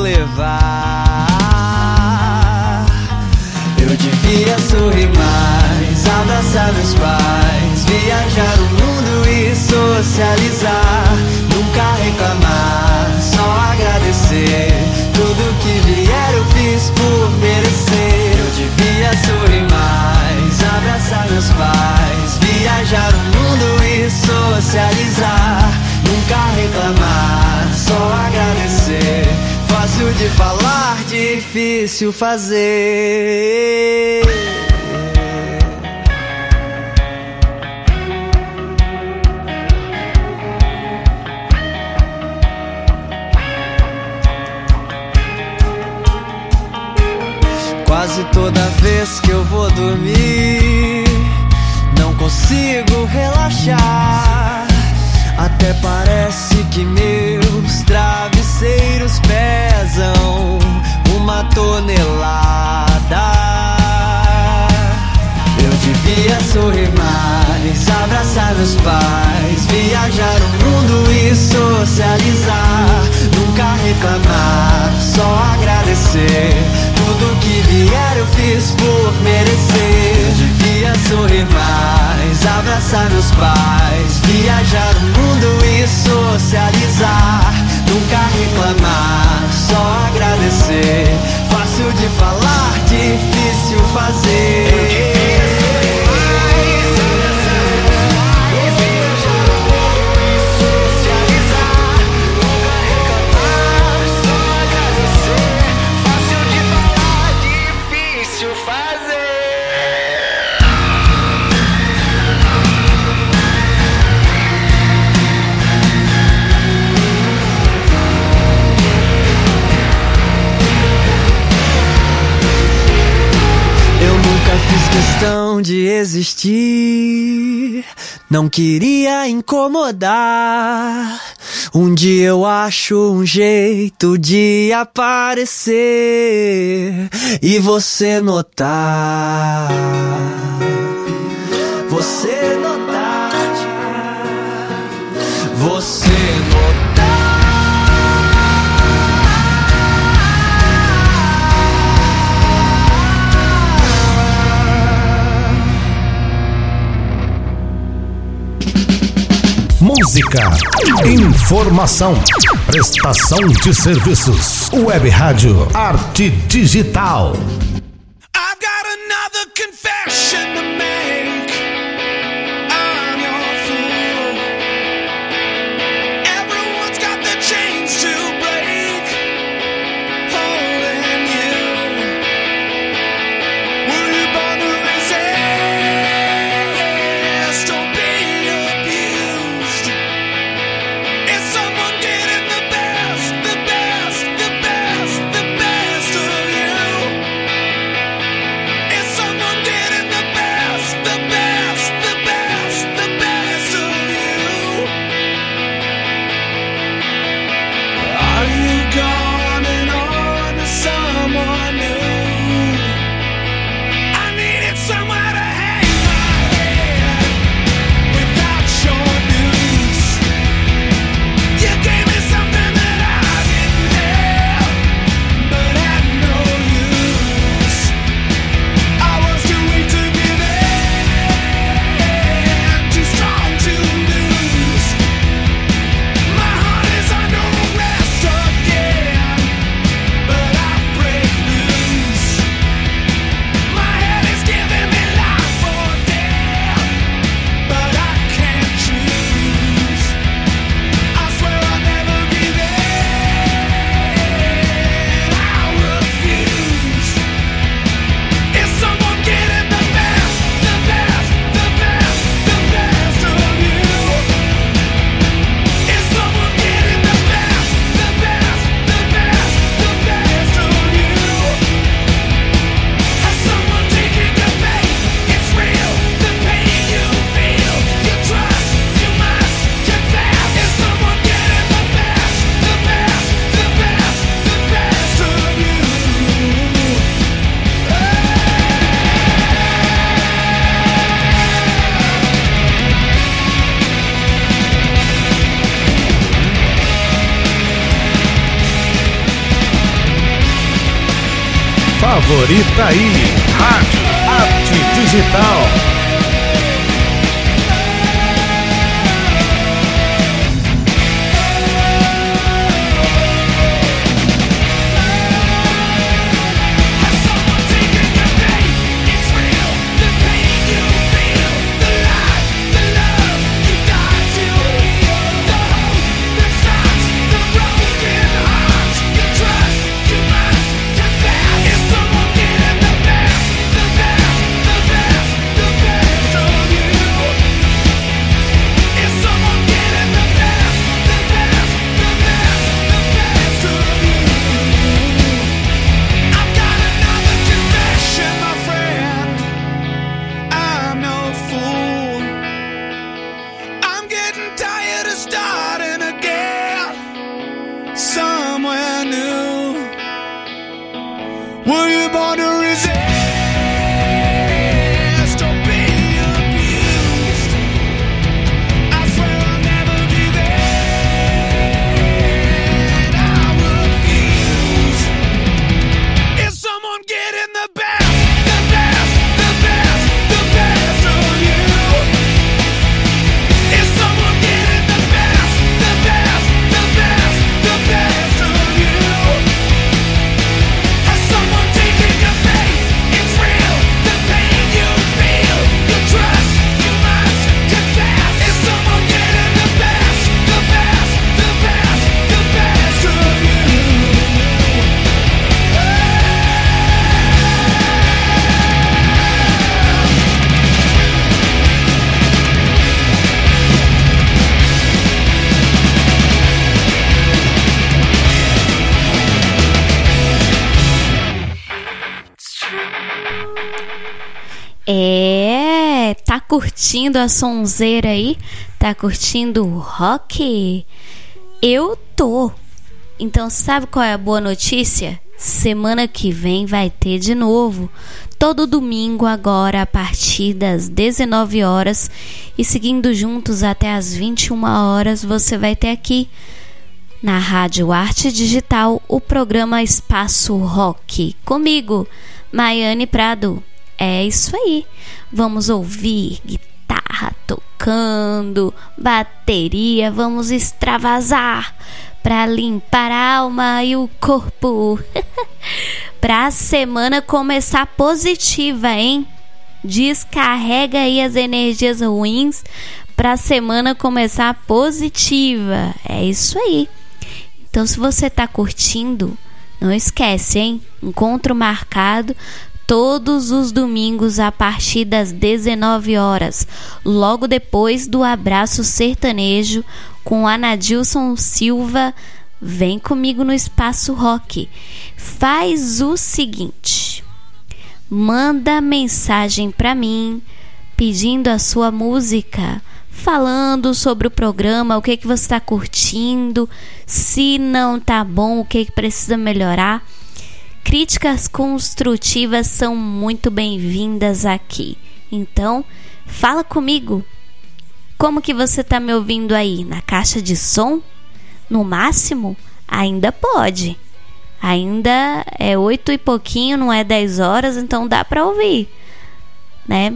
levar. Eu devia sorrir mais, abraçar meus pais, viajar o mundo e socializar, nunca reclamar só agradecer. Fácil de falar, difícil fazer. Quase toda vez que eu vou dormir, não consigo relaxar. Até parece que meus travesseiros pesam uma tonelada. Eu devia sorrir mais, abraçar meus pais, viajar o mundo e socializar. Nunca reclamar, só agradecer. Tudo que vier eu fiz por merecer. Eu devia sorrir mais, abraçar meus pais, viajar o mundo e socializar. Nunca reclamar, só agradecer. Fácil de falar, difícil fazer. Fiz questão de existir, não queria incomodar. Um dia eu acho um jeito de aparecer e você notar. Você notar. Você notar. Música, informação, prestação de serviços. Web Rádio Arte Digital. I've got another confession to make. I'm your fool. Everyone's got the chains to break, holding you. Were you born to resist? Don't be abused. Is someone getting the best, the best, the best, the best of you? Is someone getting the best, the best, the best, the best of you? Are you gone and on to someone new? I needed somewhere to hang my head without your news. You gave me something that I didn't have, but had no use. I was too weak to give in, too strong to lose. My heart is under arrest again, but I break loose. My head is giving me life or death, but I can't choose. I swear I'll never give in, I refuse. Is someone getting the best, the best, the best, the best of you? Is someone getting the best, the best, the best, the best of you? Has someone taken your faith? It's real, the pain you feel, you trust, you must confess. Is someone getting the best, the best, the best, the best of you? Favorita aí, Rádio Arte Digital. Has someone taken your faith? It's real, the pain you feel, the life, the love you died to heal, the hope that stops the road. born to resist or be abused. I swear I'll never give in. I refuse. Is someone getting the best, the best, the best, the best of you? Is someone getting the best, the best, the best, the best of you? Has someone taken your faith? It's real. The pain you feel, the trust you must confess. Is someone getting the best, the best, the best, the best of you? É, tá curtindo a sonzeira aí? Tá curtindo o rock? Eu tô. Então sabe qual é a boa notícia? Semana que vem vai ter de novo. Todo domingo agora a partir das dezenove horas e seguindo juntos até as vinte e uma horas você vai ter aqui na Rádio Arte Digital o programa Espaço Rock. Comigo, Maiane Prado. É isso aí. Vamos ouvir guitarra tocando, bateria, vamos extravasar para limpar a alma e o corpo. Pra semana começar positiva, hein? Descarrega aí as energias ruins pra semana começar positiva. É isso aí. Então, se você tá curtindo, não esquece, hein? Encontro marcado todos os domingos a partir das dezenove horas, logo depois do Abraço Sertanejo com Anadilson Silva. Vem comigo no Espaço Rock. Faz o seguinte: manda mensagem pra mim pedindo a sua música, falando sobre o programa, o que que você está curtindo, se não tá bom, o que que precisa melhorar. Críticas construtivas são muito bem-vindas aqui. Então, fala comigo. Como que você tá me ouvindo aí? Na caixa de som? No máximo? Ainda pode. Ainda é oito e pouquinho, não é dez horas, então dá pra ouvir, né?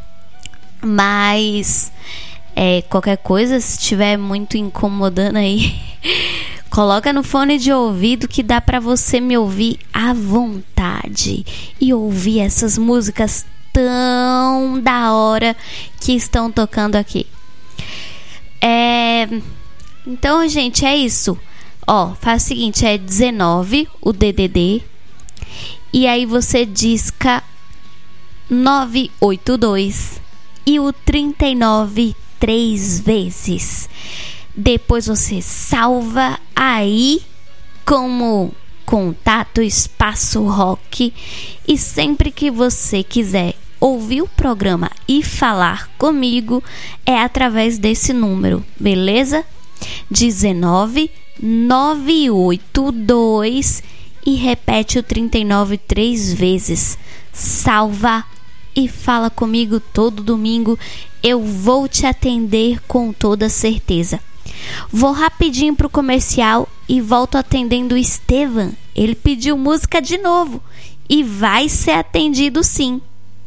Mas é, qualquer coisa, se estiver muito incomodando aí, coloca no fone de ouvido que dá pra você me ouvir à vontade e ouvir essas músicas tão da hora que estão tocando aqui. É... Então, gente, é isso. Ó, faz o seguinte, é dezenove o D D D e aí você disca nove oito dois e o trinta e nove três vezes. Depois você salva aí como Contato Espaço Rock e sempre que você quiser ouvir o programa e falar comigo é através desse número, beleza? dezenove nove oito dois e repete o trinta e nove três vezes. Salva e fala comigo todo domingo. Eu vou te atender com toda certeza. Vou rapidinho pro comercial e volto atendendo o Estevam. Ele pediu música de novo e vai ser atendido sim.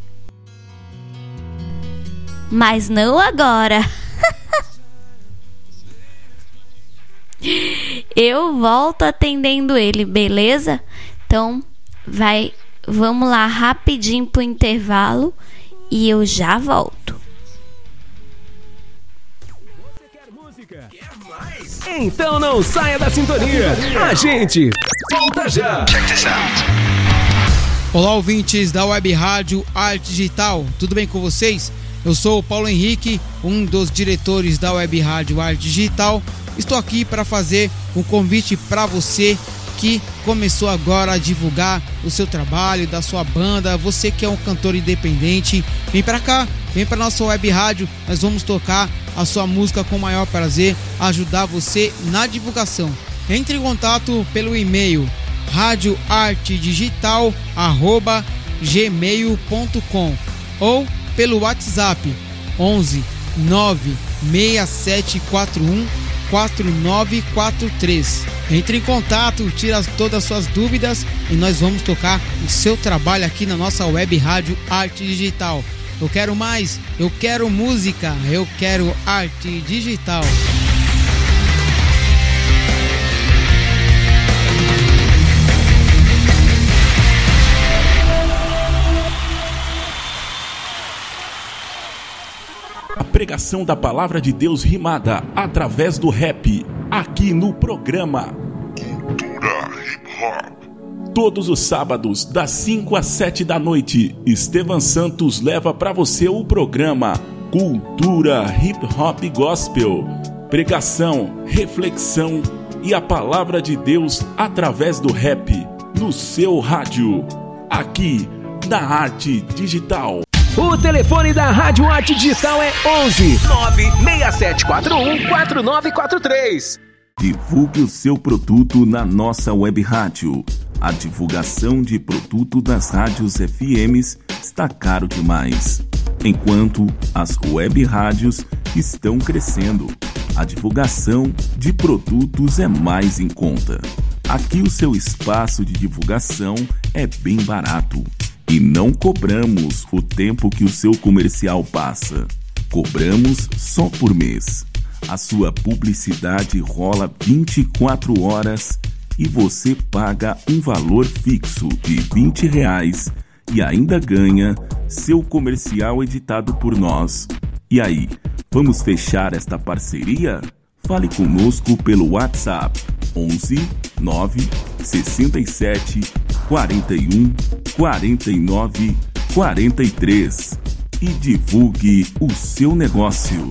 Mas não agora. Eu volto atendendo ele, beleza? Então, vai, vamos lá rapidinho pro intervalo e eu já volto. Você quer música? Quer mais? Então não saia da sintonia. A gente volta já. Check this out. Olá, ouvintes da Web Rádio Arte Digital. Tudo bem com vocês? Eu sou o Paulo Henrique, um dos diretores da Web Rádio Arte Digital. Estou aqui para fazer um convite para você que começou agora a divulgar o seu trabalho, da sua banda, você que é um cantor independente. Vem para cá, vem para nossa web rádio, nós vamos tocar a sua música com o maior prazer, ajudar você na divulgação. Entre em contato pelo e-mail radioartedigital arroba gmail ponto com ou pelo WhatsApp onze nove seis sete quatro um quatro nove quatro três. Entre em contato, tira todas as suas dúvidas e nós vamos tocar o seu trabalho aqui na nossa web rádio Arte Digital. Eu quero mais, eu quero música, eu quero arte digital. A pregação da palavra de Deus rimada através do rap, aqui no programa Cultura Hip Hop. Todos os sábados, das cinco às sete da noite, Estevan Santos leva para você o programa Cultura Hip Hop Gospel. Pregação, reflexão e a palavra de Deus através do rap, no seu rádio, aqui na Arte Digital. O telefone da Rádio Arte Digital é onze nove seis sete quatro um quatro nove quatro três. Divulgue o seu produto na nossa web rádio. A divulgação de produto das rádios F Ms está caro demais. Enquanto as web rádios estão crescendo, a divulgação de produtos é mais em conta. Aqui o seu espaço de divulgação é bem barato. E não cobramos o tempo que o seu comercial passa. Cobramos só por mês. A sua publicidade rola vinte e quatro horas e você paga um valor fixo de vinte reais e ainda ganha seu comercial editado por nós. E aí, vamos fechar esta parceria? Fale conosco pelo WhatsApp onze nove sessenta e sete quarenta e um quarenta e nove quarenta e três e divulgue o seu negócio.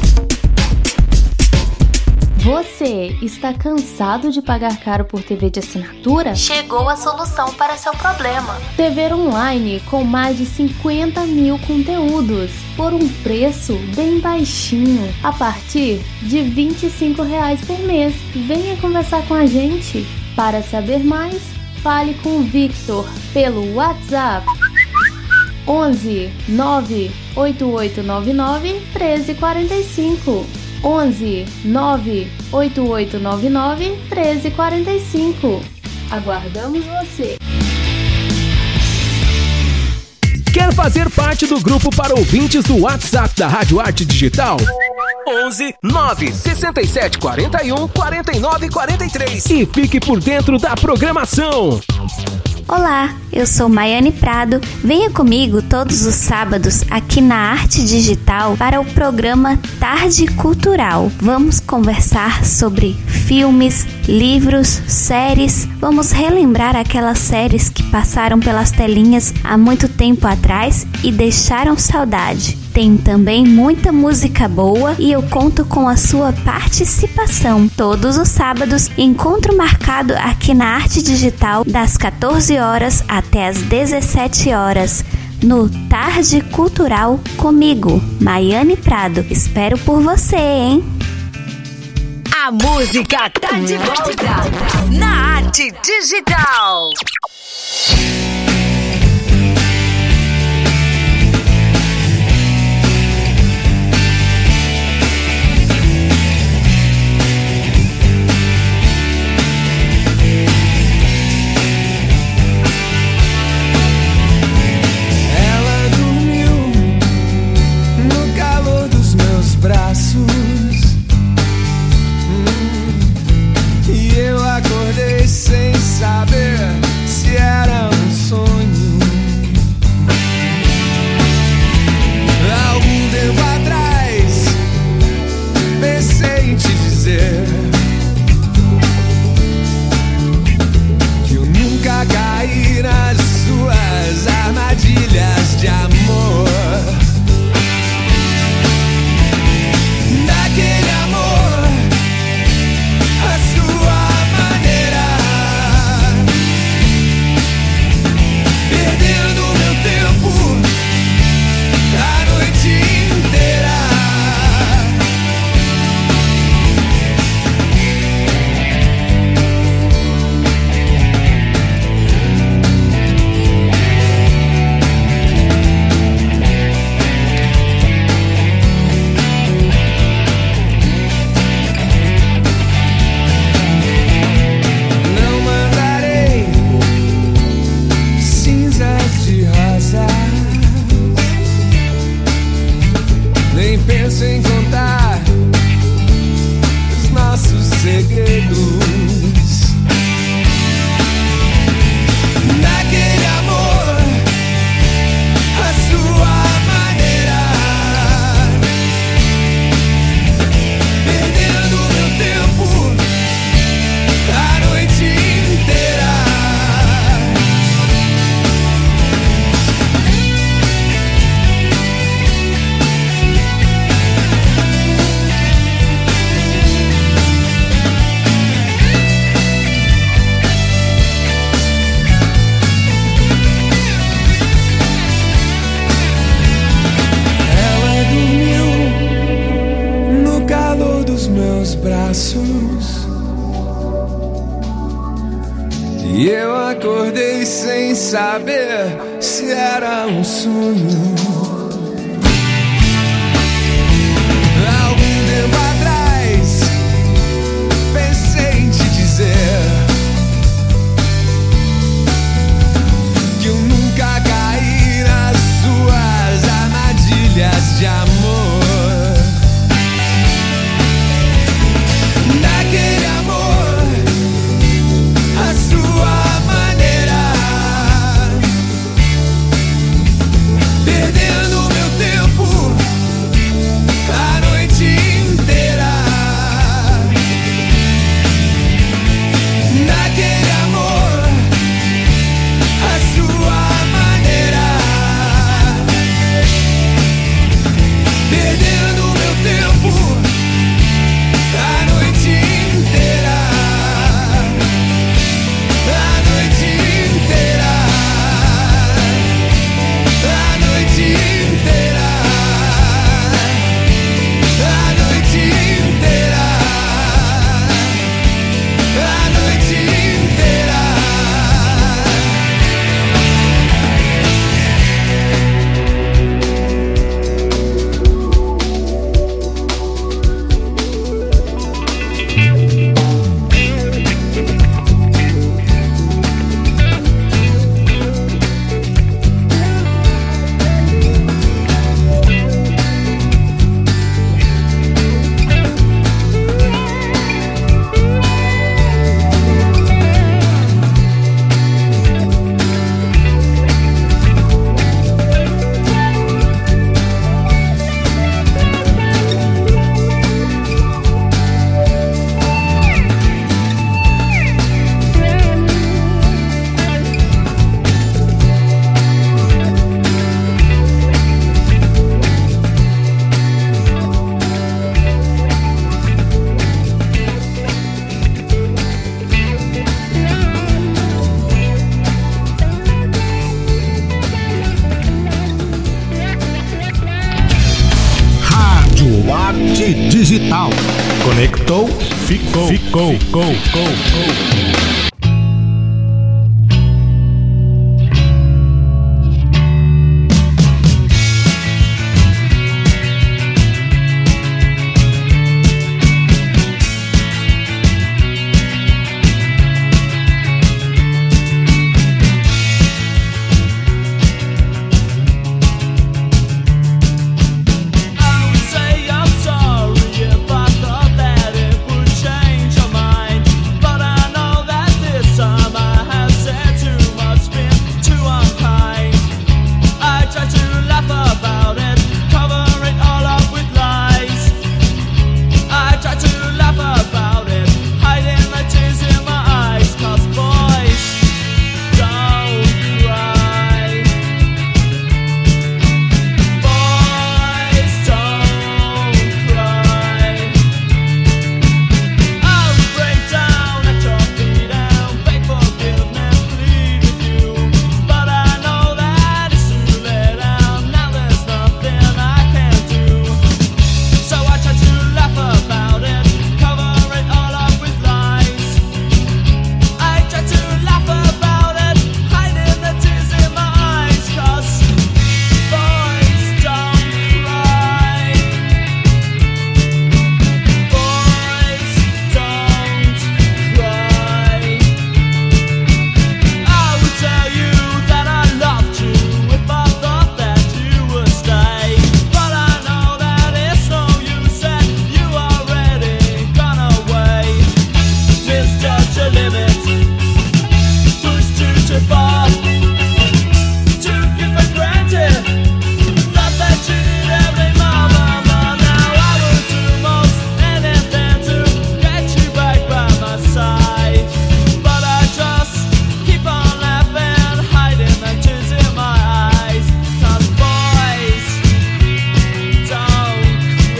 Você está cansado de pagar caro por T V de assinatura? Chegou a solução para seu problema. T V online com mais de cinquenta mil conteúdos por um preço bem baixinho, a partir de vinte e cinco reais por mês. Venha conversar com a gente. Para saber mais, fale com o Victor pelo WhatsApp onze nove oito oito nove nove um três quatro cinco. onze nove oito oito nove nove um três quatro cinco. Aguardamos você! Quer fazer parte do grupo para ouvintes do WhatsApp da Rádio Arte Digital? onze nove sessenta e sete quarenta e um quarenta e nove quarenta e três e fique por dentro da programação. Olá, eu sou Maiane Prado. Venha comigo todos os sábados aqui na Arte Digital para o programa Tarde Cultural. Vamos conversar sobre filmes, livros, séries. Vamos relembrar aquelas séries que passaram pelas telinhas há muito tempo atrás e deixaram saudade. Tem também muita música boa e eu conto com a sua participação. Todos os sábados, encontro marcado aqui na Arte Digital das quatorze horas até as dezessete horas. No Tarde Cultural comigo, Maiane Prado. Espero por você, hein? A música tá de volta na Arte Digital. Braços hum, e eu acordei sem saber se era um sonho. E eu acordei sem saber se era um sonho. Algum tempo atrás pensei em te dizer que eu nunca caí nas suas armadilhas de amor. Naquele amor, a sua maneira, perdendo meu tempo a noite inteira. Naquele amor, a sua maneira, perdendo meu tempo a noite inteira. A noite inteira. A noite inteira. A noite inteira. A noite inteira. Rádio Arte Digital. Conectou, ficou, ficou, ficou, ficou.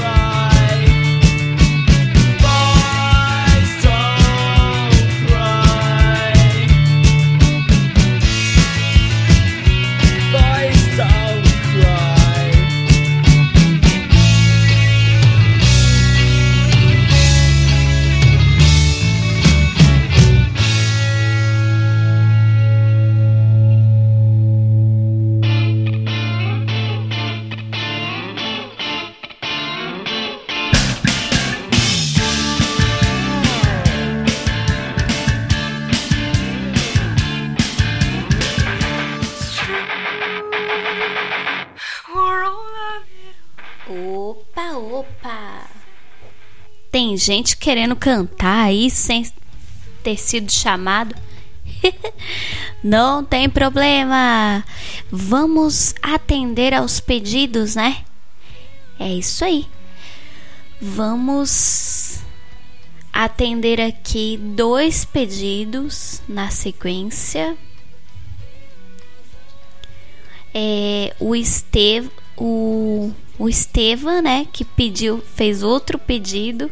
Cry. tem gente querendo cantar aí sem ter sido chamado. Não tem problema. Vamos atender aos pedidos, né? É isso aí. Vamos atender aqui dois pedidos na sequência. É, o Estev, o, o Estevam, né, que pediu, fez outro pedido.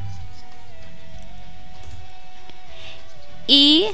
E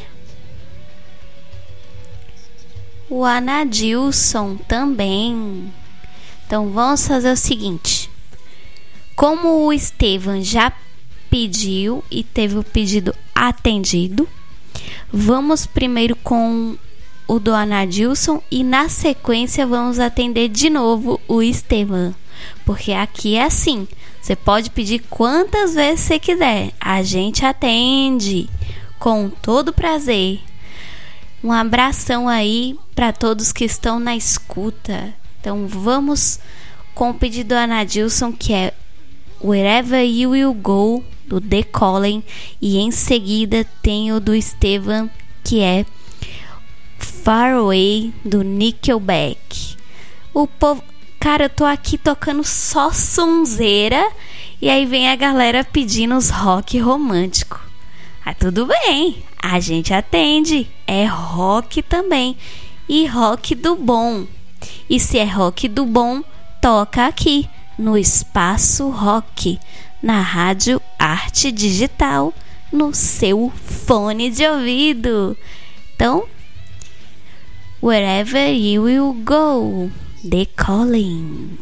o Anadilson também. Então vamos fazer o seguinte: como o Estevam já pediu e teve o pedido atendido, vamos primeiro com o do Anadilson e na sequência vamos atender de novo o Estevam, porque aqui é assim, você pode pedir quantas vezes você quiser, a gente atende com todo prazer. Um abração aí para todos que estão na escuta. Então vamos com o pedido do Anadilson, que é Wherever You Will Go, do The Calling, e em seguida tem o do Estevam, que é Far Away, do Nickelback. O povo, cara, eu tô aqui tocando só sonzeira e aí vem a galera pedindo os rock romântico. Ah, tudo bem, a gente atende, é rock também, e rock do bom. E se é rock do bom, toca aqui no Espaço Rock, na Rádio Arte Digital, no seu fone de ouvido. Então, Wherever You Will Go, The Calling.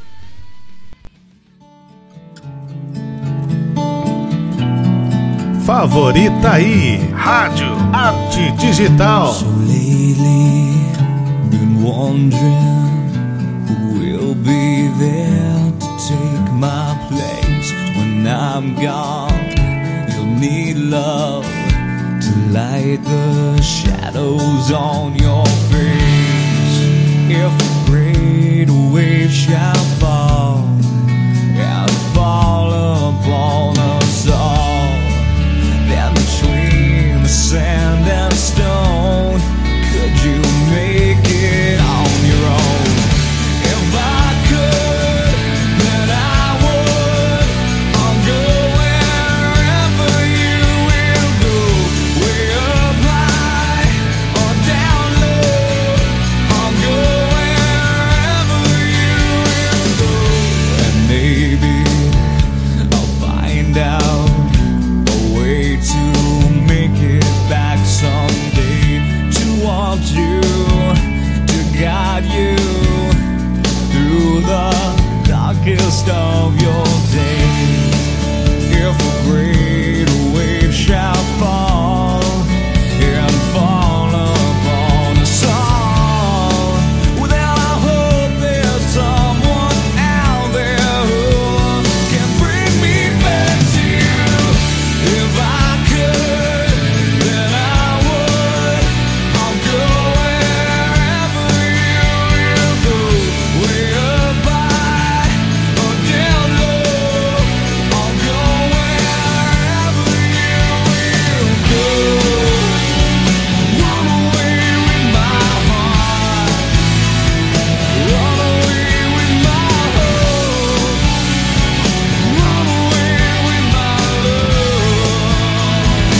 Favorita aí, Rádio Arte Digital. So lately, been wondering who will be there to take my place when I'm gone. You'll need love to light the shadows on your face. If a great wave shall fall and fall upon us all, then between the sand and stone, could you make it on your own? If I could, then I would. I'll go wherever you will go, way up high or down low. I'll go wherever you will go, and maybe I'll find out a way to make it back someday, to want you, to guide you through the darkest of your days. If a great wave shall fall and fall upon us all, well, then I hope there's someone out there who can bring me back to you. If I could, then I would. I'll go wherever you will go, way up high or down low. I'll go wherever you will go. Run away with my heart, run away with my hope, run away with my love.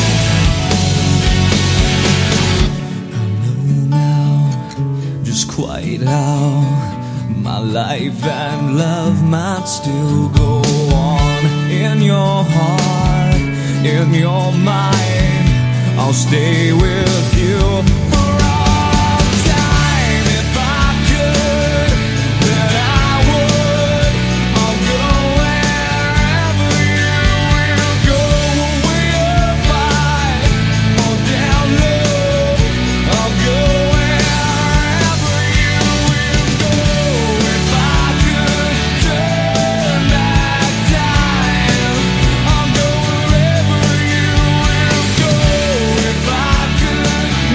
I know now just quite how my life and love might still go on. In your heart, in your mind, I'll stay with you for all time. If I could, then I would. I'll go wherever you will go, way up high or down low. I'll go wherever you will go. If I could turn back time, I'll go wherever you will go. If I could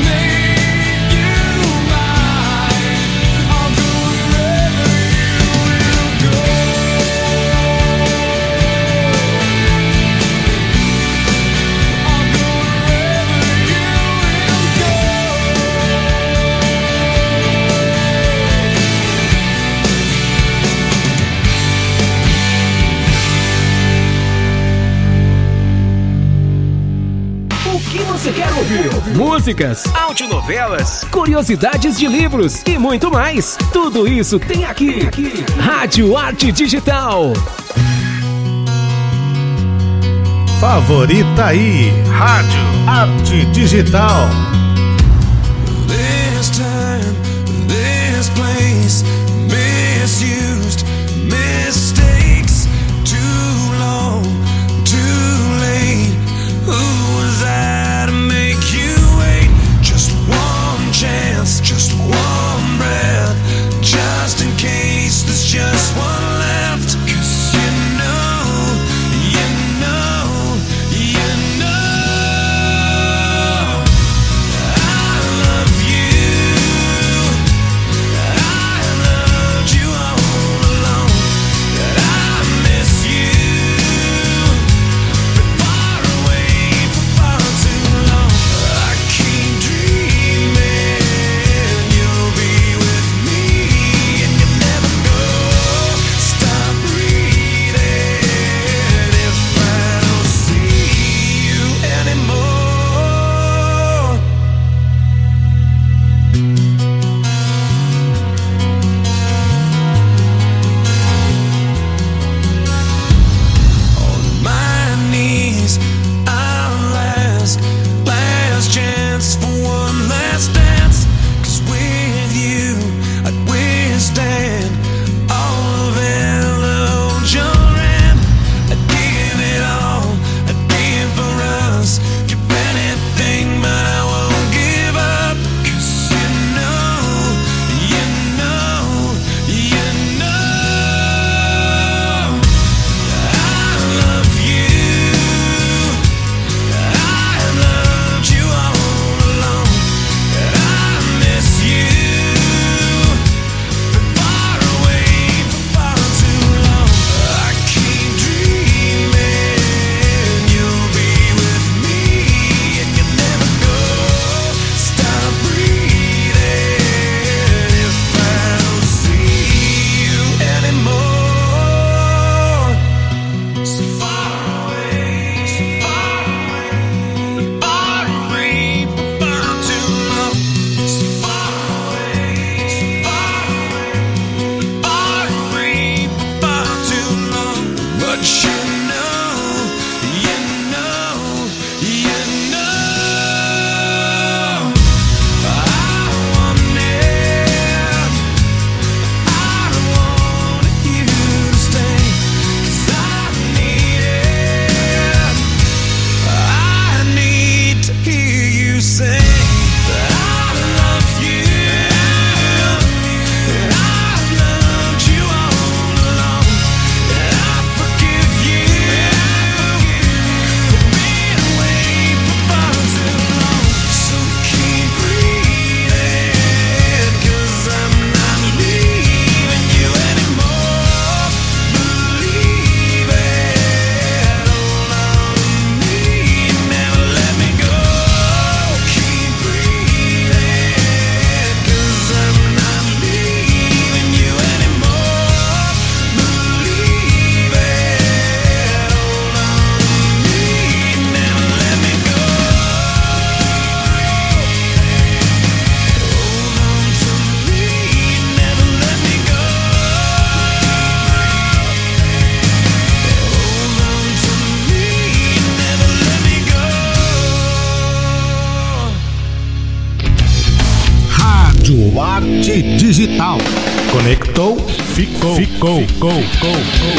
que você quer ouvir? Músicas, audionovelas, curiosidades de livros e muito mais. Tudo isso tem aqui. aqui. Rádio Arte Digital. Favorita aí. Rádio Arte Digital. This time, this place, misused, mistakes, too long, too late. Who was I to make you wait? Just one chance, just one breath, just in case there's just one left. 'Cause you know, you know, you know I love you. I loved you all along, and I miss you. Been far away for far too long. I keep dreaming you'll be with me, and you never go. Stop breathing if I don't see you anymore. On my knees, I'll last, last chance for one last dance. 'Cause with you, I'd withstand all of hell to hold your hand. I'd give it all, I'd give for us, give anything, but I won't give up. 'Cause you know, you know, you know I love you. I loved you all along, and I miss you. Been far away for far too long. I keep dreaming you'll be with me, and you never go. Stop breathing if I don't see you anymore. So far away, so far away, far away for far too long. So far away, so far away, far away for far too long. But you know, you know, you know I want it. I want you to stay, 'cause I need it. I need to hear you say that I love you. And I've loved you all along, and I forgive you for being away for far too long. So keep breathing, 'cause I'm not leaving you anymore. Believe it, hold on to me, never let me go. Keep breathing, 'cause I'm not leaving you anymore. Believe it, hold on to me, never let me go. Hold on to me, never let me go. Hold on to me, never let me go. Rádio Arte Digital. Conectou, ficou, ficou, ficou, ficou, ficou.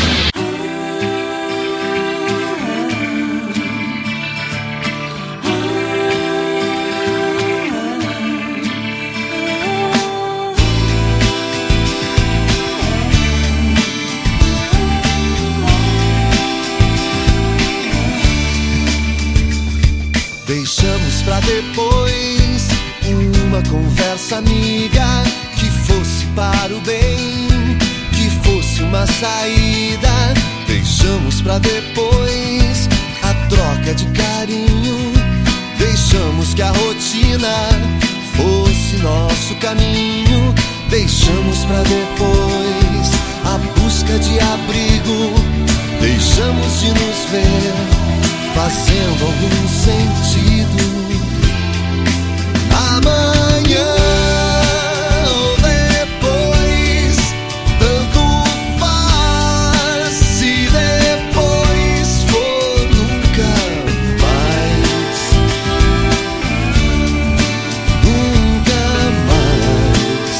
Deixamos pra depois uma conversa amiga que fosse para o bem, que fosse uma saída. Deixamos pra depois a troca de carinho. Deixamos que a rotina fosse nosso caminho. Deixamos pra depois a busca de abrigo. Deixamos de nos ver fazendo algum sentido. Amanhã ou depois, tanto faz. Se depois for nunca mais, nunca mais.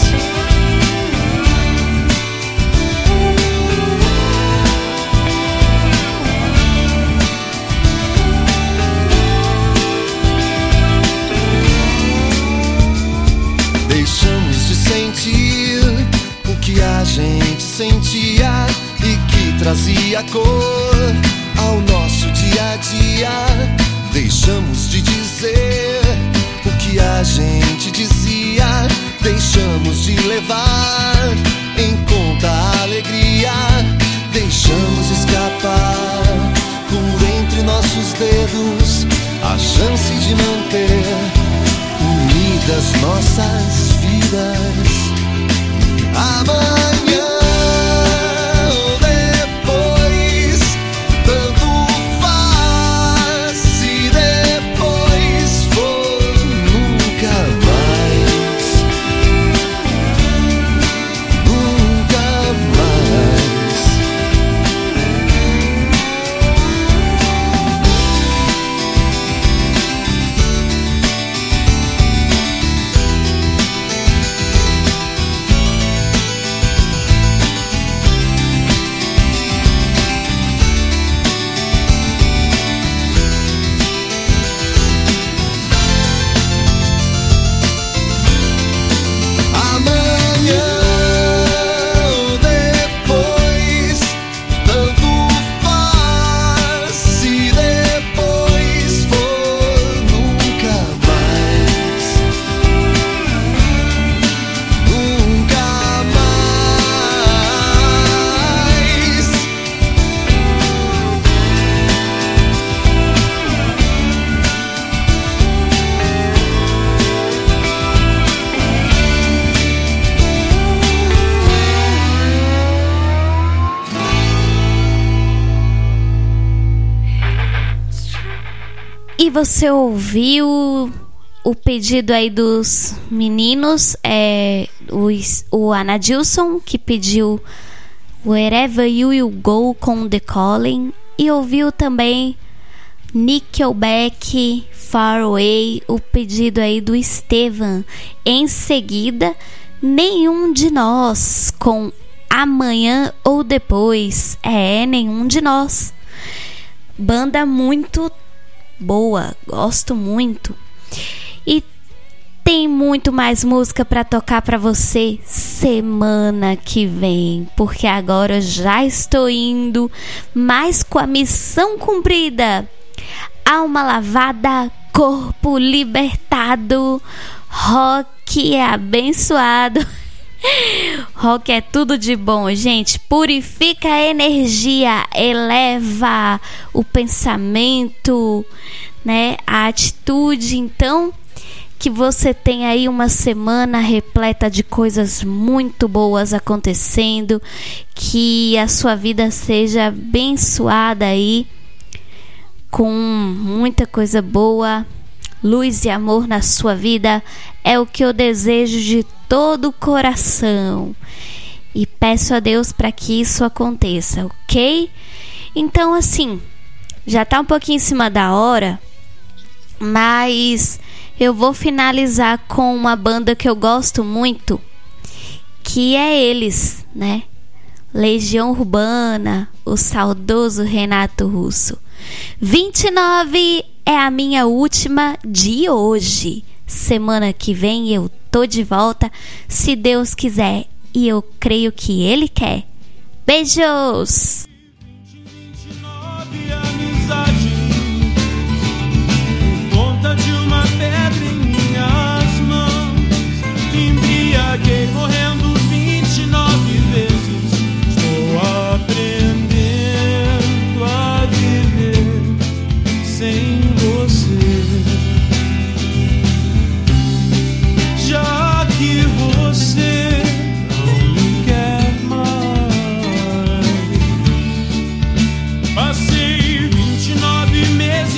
Deixamos de sentir o que a gente sentia e que trazia cor ao nosso dia a dia. Deixamos de dizer o que a gente dizia. Deixamos de levar em conta a alegria. Deixamos escapar por entre nossos dedos a chance de manter unidas nossas vidas. Amanhã ou depois, tanto faz. Se depois for nunca mais, nunca mais. Amanhã ou depois, tanto faz. Se depois for nunca mais, nunca mais. E você ouviu o pedido aí dos meninos, é, o, o Anadilson, que pediu Wherever You Will Go com The Calling, e ouviu também Nickelback, Far Away, o pedido aí do Estevam. Em seguida, Nenhum de Nós com Amanhã ou Depois. É, Nenhum de Nós. Banda muito boa, gosto muito. E tem muito mais música para tocar para você semana que vem, porque agora eu já estou indo, mas com a missão cumprida. Alma lavada, corpo libertado, rock é abençoado. Rock é tudo de bom, gente. Purifica a energia, eleva o pensamento, né? A atitude. Então, que você tenha aí uma semana repleta de coisas muito boas acontecendo, que a sua vida seja abençoada aí com muita coisa boa, luz e amor na sua vida. É o que eu desejo de todo o coração e peço a Deus para que isso aconteça, ok? Então, assim, já tá um pouquinho em cima da hora, mas eu vou finalizar com uma banda que eu gosto muito, que é eles, né? Legião Urbana, o saudoso Renato Russo. vinte e nove é a minha última de hoje. Semana que vem eu tô de volta, se Deus quiser, e eu creio que Ele quer. Beijos! Ponta de uma pedra em minhas mãos, embriaguei correndo vinte e nove vezes. Estou aprendendo a viver sem você. Já que você não me quer mais, passei vinte e nove meses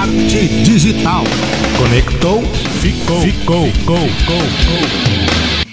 Arte Digital. Conectou, ficou, ficou, ficou, ficou.